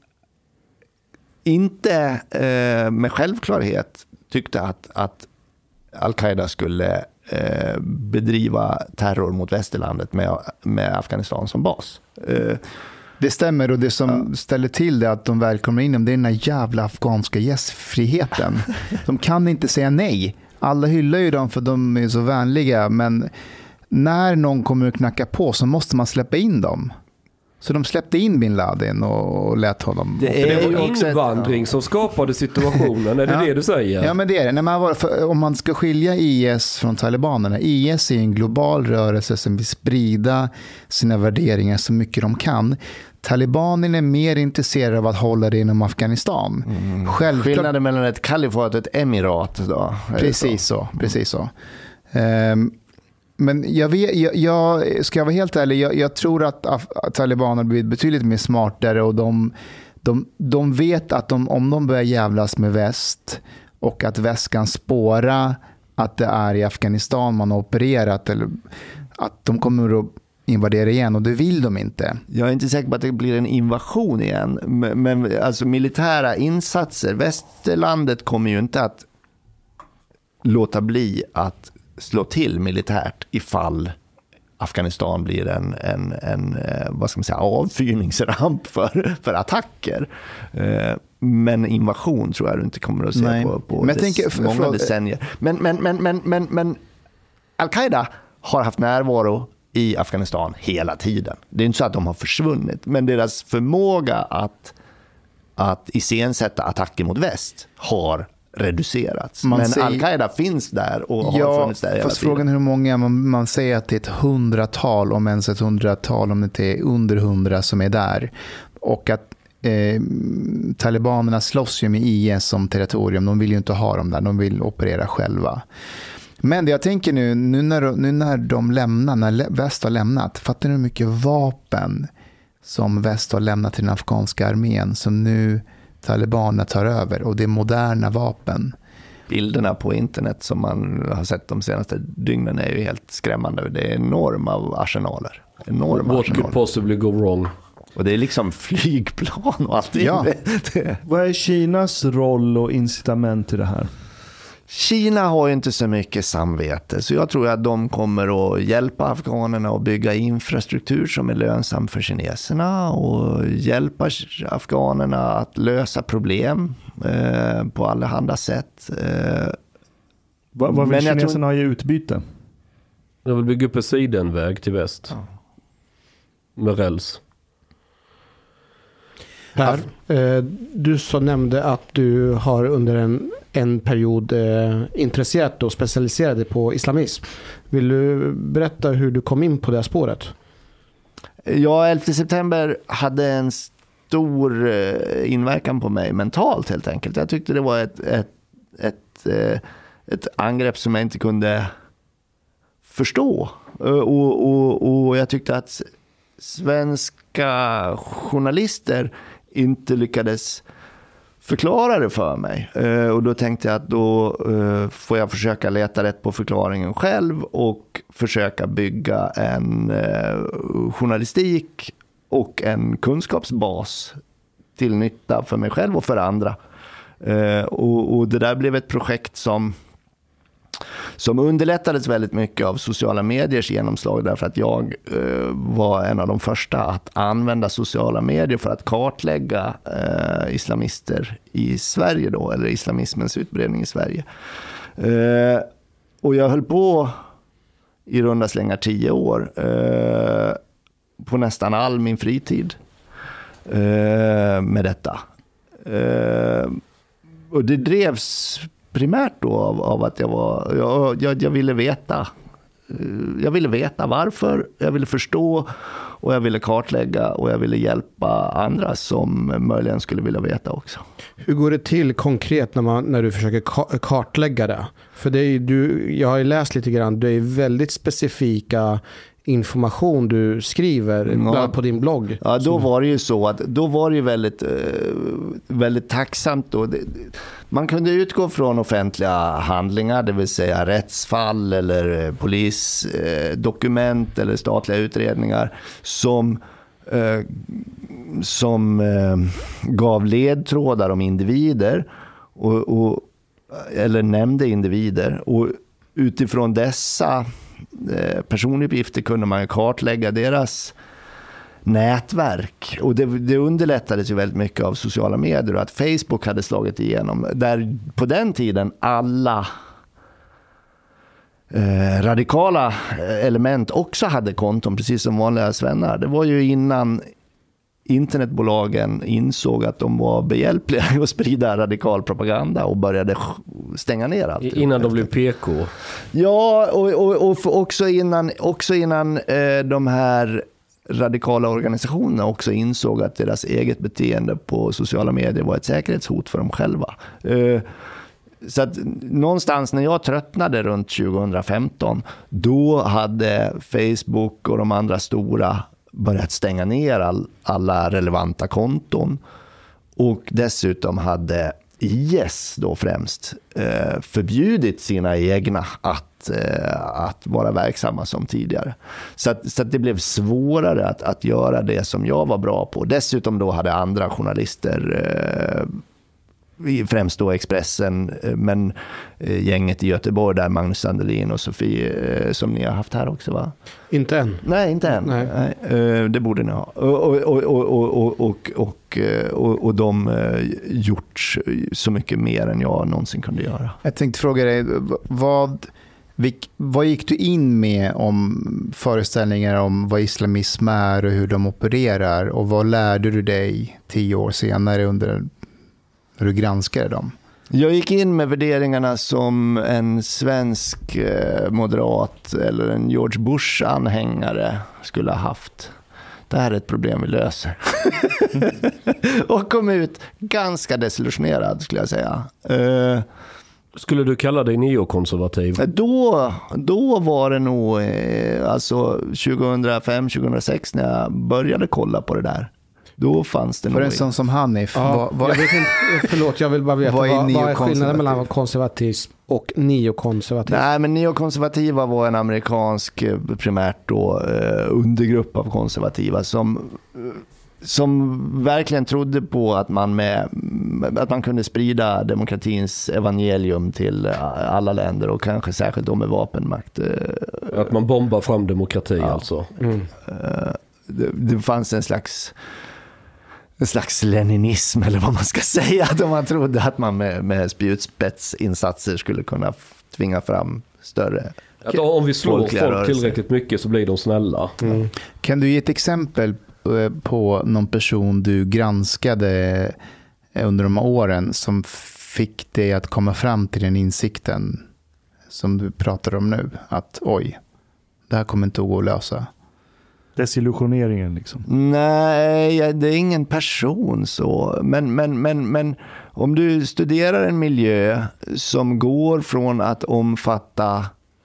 inte eh, med självklarhet tyckte att, att Al-Qaida skulle eh, bedriva terror mot västerlandet med, med Afghanistan som bas. Eh, Det stämmer, och det som Ja. ställer till det att de väl kommer in, det är den här jävla afghanska gästfriheten. De kan inte säga nej. Alla hyllar ju dem för de är så vänliga, men när någon kommer att knacka på så måste man släppa in dem. Så de släppte in bin Laden och lät honom. Det är Det ju var också ett- invandring som skapade situationen, är det Ja. det du säger? Ja, men det är det. När man var, för, om man ska skilja I S från talibanerna. I S är en global rörelse som vill sprida sina värderingar så mycket de kan. Talibanerna är mer intresserade av att hålla det inom Afghanistan. Mm. Självklart. Skillnaden mellan ett kalifat och ett emirat då? Är det Precis så. Precis så. Um, men jag, vet, jag, jag ska jag vara helt ärlig, jag, jag tror att, att talibanerna blir betydligt mer smartare, och de, de, de vet att de, om de börjar jävlas med väst och att väst kan spåra att det är i Afghanistan man har opererat, eller att de kommer att invadera igen, och det vill de inte. Jag är inte säker på att det blir en invasion igen, men, men alltså militära insatser, västerlandet kommer ju inte att låta bli att slå till militärt ifall Afghanistan blir en, en, en vad ska man säga, avfyrningsramp för, för attacker. Men invasion tror jag du inte kommer att se Nej. på, på Men jag dess tänker, för, många för, decennier. Men, men, men, men, men, men Al-Qaida har haft närvaro i Afghanistan hela tiden. Det är inte så att de har försvunnit, men deras förmåga att, att iscensätta attacker mot väst har reducerats. Man Men säger- Al-Qaida finns där och har Ja, funnits där hela fast tiden. frågan är hur många, man, man säger att det är ett hundratal, om ens ett hundratal, om det inte är under hundra som är där. Och att eh, talibanerna slåss ju med I S som territorium, de vill ju inte ha dem där, de vill operera själva. Men det jag tänker nu, nu när, nu när de lämnar, när väst har lämnat, fattar ni hur mycket vapen som väst har lämnat till den afghanska armén som nu talibanerna tar över, och det är moderna vapen. Bilderna på internet som man har sett de senaste dygnen är ju helt skrämmande. Det är enorma arsenaler. Enorma What could arsenaler. possibly go wrong? Och det är liksom flygplan och allting. Ja. Det, det. Vad är Kinas roll och incitament i det här? Kina har ju inte så mycket samvete, så jag tror att de kommer att hjälpa afghanerna att bygga infrastruktur som är lönsam för kineserna och hjälpa afghanerna att lösa problem eh, på allehanda sätt. Eh, Vad, vad vill Men jag tror- kineserna ha i utbyte? Jag vill bygga upp en sidenväg till väst. Ja. Med räls. Per, eh, du så nämnde att du har under en, en period eh, intresserat och specialiserat dig på islamism. Vill du berätta hur du kom in på det här spåret? Ja, elfte september hade en stor eh, inverkan på mig mentalt helt enkelt. Jag tyckte det var ett, ett, ett, eh, ett angrepp som jag inte kunde förstå. Eh, Och, och, och jag tyckte att svenska journalister inte lyckades förklara det för mig. Eh, och då tänkte jag att då eh, får jag försöka leta rätt på förklaringen själv och försöka bygga en eh, journalistik och en kunskapsbas till nytta för mig själv och för andra. Eh, och, och det där blev ett projekt som som underlättades väldigt mycket av sociala mediers genomslag, därför att jag eh, var en av de första att använda sociala medier för att kartlägga eh, islamister i Sverige då, eller islamismens utbredning i Sverige. Eh, och jag höll på i runda slängar tio år eh, på nästan all min fritid eh, med detta. Eh, och det drevs primärt då av, av att jag var jag, jag, jag ville veta jag ville veta varför, jag ville förstå och jag ville kartlägga och jag ville hjälpa andra som möjligen skulle vilja veta också. Hur går det till konkret när, man, när du försöker ka- kartlägga det? För det är ju, du, jag har ju läst lite grann, det är väldigt specifika information du skriver Ja. bland annat på din blogg. Ja, då var det ju så att då var det ju väldigt, väldigt tacksamt då. Man kunde utgå från offentliga handlingar, det vill säga rättsfall eller polisdokument eller statliga utredningar som, som gav ledtrådar om individer och, och, eller nämnde individer. Och utifrån dessa personuppgifter kunde man kartlägga deras nätverk, och det, det underlättades ju väldigt mycket av sociala medier och att Facebook hade slagit igenom, där på den tiden alla eh, radikala element också hade konton precis som vanliga svennar. Det var ju innan internetbolagen insåg att de var behjälpliga att sprida radikal propaganda och började stänga ner allt. Innan de blev P K. Ja, och, och, och också innan, också innan eh, de här radikala organisationerna också insåg att deras eget beteende på sociala medier var ett säkerhetshot för dem själva. Eh, så att någonstans när jag tröttnade runt tjugohundrafemton, då hade Facebook och de andra stora börjat stänga ner all, alla relevanta konton, och dessutom hade I S då främst eh, förbjudit sina egna att, eh, att vara verksamma som tidigare. Så att, så att det blev svårare att, att göra det som jag var bra på. Dessutom då hade andra journalister, eh, främst då Expressen, eh, men eh, gänget i Göteborg där, Magnus Sandelin och Sofie, eh, som ni har haft här också, va? Inte än. Nej, inte än. Nej. Nej, eh, det borde ni ha. Och, och, och, och, och, och, och, och, och de eh, gjort så mycket mer än jag någonsin kunde göra. Jag tänkte fråga dig, vad, vilk, vad gick du in med om föreställningar om vad islamism är och hur de opererar, och vad lärde du dig tio år senare under när du granskade dem? Jag gick in med värderingarna som en svensk eh, moderat eller en George Bush-anhängare skulle ha haft. Det här är ett problem vi löser. Och kom ut ganska desillusionerad, skulle jag säga. Eh, Skulle du kalla dig neokonservativ? Då, då var det nog eh, alltså tjugohundrafem tjugohundrasex när jag började kolla på det där. Då fanns det För nog... en sån som Hanif, Ja, vad, vad, jag vet inte, förlåt, jag vill bara veta Vad vad är är, vad är skillnaden neokonservativ? mellan konservatism och neokonservatism? Nej, men neokonservativa var en amerikansk eh, primärt då, eh, undergrupp av konservativa som, eh, som verkligen trodde på att man, med, att man kunde sprida demokratins evangelium till alla länder och kanske särskilt då med vapenmakt. Eh, Att man bombar fram demokrati Ja. alltså. Mm. eh, det, det fanns en slags en slags leninism eller vad man ska säga, att man trodde att man med, med spjutspetsinsatser skulle kunna tvinga fram större. Att om vi slår Folkliga folk rörelser. tillräckligt mycket så blir de snälla. Mm. kan du ge ett exempel eh, på någon person du granskade eh, under de här åren som fick dig att komma fram till den insikten som du pratar om nu? Att oj, det här kommer inte att gå att lösa. Desillusioneringen liksom. Nej, det är ingen person så. Men, men, men, men om du studerar en miljö som går från att omfatta,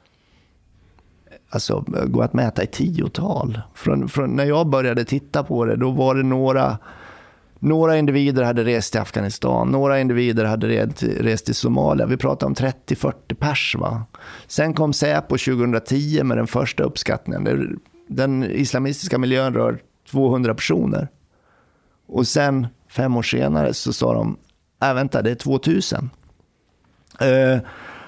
alltså går att mäta i tiotal. Från, från när jag började titta på det, då var det några, några individer hade rest till Afghanistan, några individer hade rest, rest till Somalia. Vi pratar om trettio till fyrtio pers, va? Sen kom Säpo tjugohundratio med den första uppskattningen. Det, den islamistiska miljön rör tvåhundra personer. Och sen fem år senare så sa de, äh, vänta, det är tvåtusen. Uh,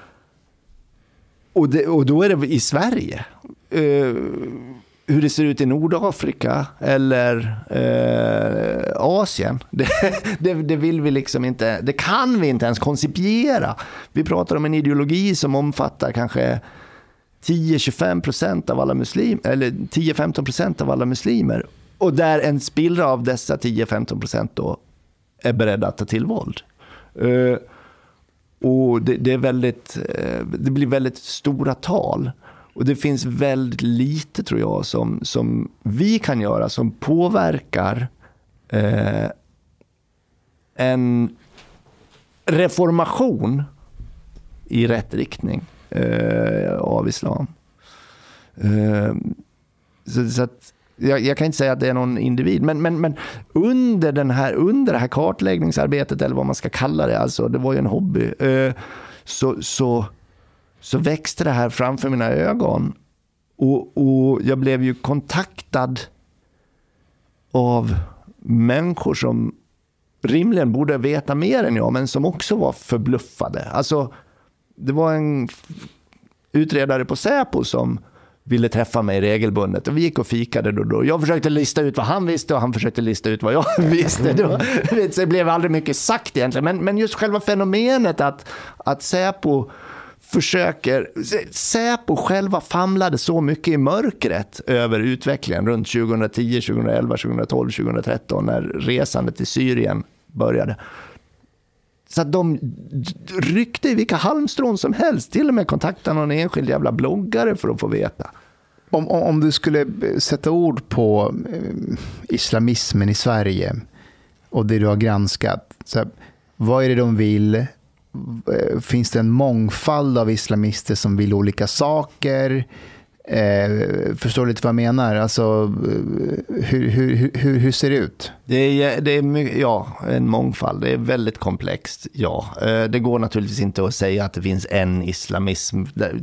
och, det, och då är det i Sverige. Uh, hur det ser ut i Nordafrika eller uh, Asien, det, det, det vill vi liksom inte, det kan vi inte ens koncipiera. Vi pratar om en ideologi som omfattar kanske tio till tjugofem procent av alla muslimer, eller tio till femton procent av alla muslimer, och där en spillra av dessa tio till femton procent då är beredda att ta till våld. Uh, och det, det är väldigt uh, det blir väldigt stora tal, och det finns väldigt lite, tror jag, som, som vi kan göra som påverkar uh, en reformation i rätt riktning Uh, av islam. Uh, så, så att jag, jag kan inte säga att det är någon individ, men, men, men under, den här, under det här kartläggningsarbetet, eller vad man ska kalla det, alltså det var ju en hobby, uh, så, så, så växte det här framför mina ögon, och, och jag blev ju kontaktad av människor som rimligen borde veta mer än jag, men som också var förbluffade. Alltså det var en utredare på Säpo som ville träffa mig regelbundet, och vi gick och fikade då då. Jag försökte lista ut vad han visste och han försökte lista ut vad jag visste. Det, var, det blev aldrig mycket sagt egentligen, men, men just själva fenomenet att, att Säpo försöker, Säpo själva famlade så mycket i mörkret över utvecklingen runt tjugohundratio, tjugohundraelva, tjugohundratolv, tjugohundratretton när resandet till Syrien började. Så att de ryckte i vilka halmstrån som helst, till och med kontakta någon enskild jävla bloggare för att få veta. Om, om, om du skulle sätta ord på eh, islamismen i Sverige och det du har granskat, så här, vad är det de vill? Finns det en mångfald av islamister som vill olika saker? Eh, förstår du lite vad jag menar? Alltså, hur, hur, hur, hur ser det ut? Det är, det är mycket, ja, en mångfald. Det är väldigt komplext, ja. Det går naturligtvis inte att säga att det finns en islamism.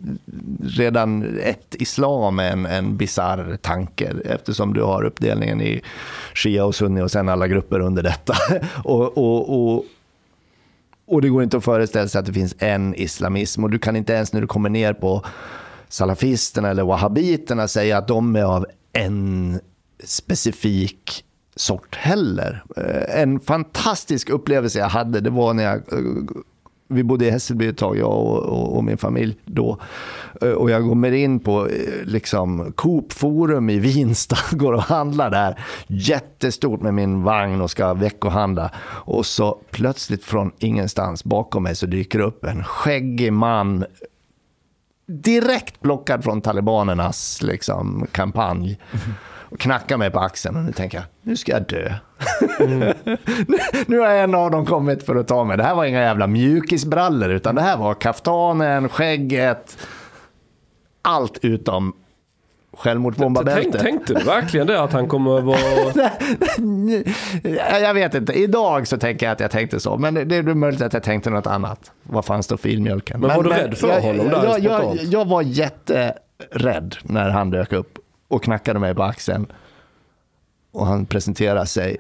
Redan ett islam är en, en bizarr tanke, eftersom du har uppdelningen i shia och sunni och sen alla grupper under detta. och, och, och Och det går inte att föreställa sig att det finns en islamism, och du kan inte ens när du kommer ner på salafisterna eller wahhabiterna säga att de är av en specifik sort heller. En fantastisk upplevelse jag hade, det var när jag vi bodde i Hässelby ett tag, jag och, och, och min familj då. Och jag går med in på liksom Coop Forum i Vinsta, går och handlar där. Jättestort med min vagn och ska veckohandla. Och så plötsligt från ingenstans bakom mig så dyker upp en skäggig man, direkt plockad från talibanernas liksom kampanj. Och knackar mig på axeln och nu tänker jag, nu ska jag dö. Mm. Nu har en av dem kommit för att ta mig. Det här var inga jävla mjukisbrallor utan det här var kaftanen, skägget, allt utom självmordsbombarbältet. Tänk, tänkte du verkligen det att han kommer att vara... Jag vet inte. Idag så tänker jag att jag tänkte så. Men det är möjligt att jag tänkte något annat. Vad fanns det filmjölken? Men, men var du men, rädd för jag, honom där jag, jag, jag var jätterädd när han dök upp och knackade mig på axeln. Och han presenterade sig.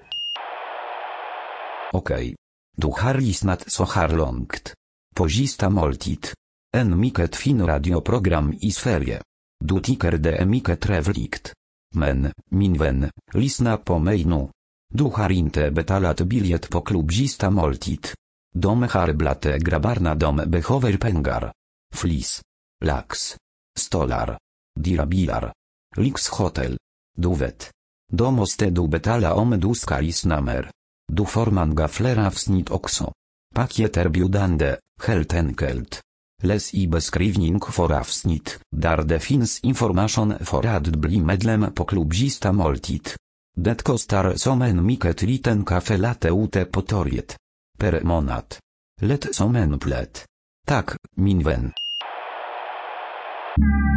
Okej. Du har lyssnat så här långt. På sista måltid. En mycket fin radioprogram i Sverige. Du tycker det är mycket trevligt. Men, min vän, lyssna på mig nu. Du har inte betalat biljett på klubb sista måltid. De har blate grabbarna de behöver pengar. Flis. Lax. Stolar. Dirabilar. Lyxhotel. Du vet. Då måste du betala om du ska lyssna mer. Du får många fler avsnitt också. Paket erbjudande, helt enkelt. Läs i beskrivning för avsnitt, där det finns information för att bli medlem på klubb sista måltid. Det kostar som en mycket liten kaffe latte ute på torget. Per månad. Lätt som en plätt. Tack, min vän.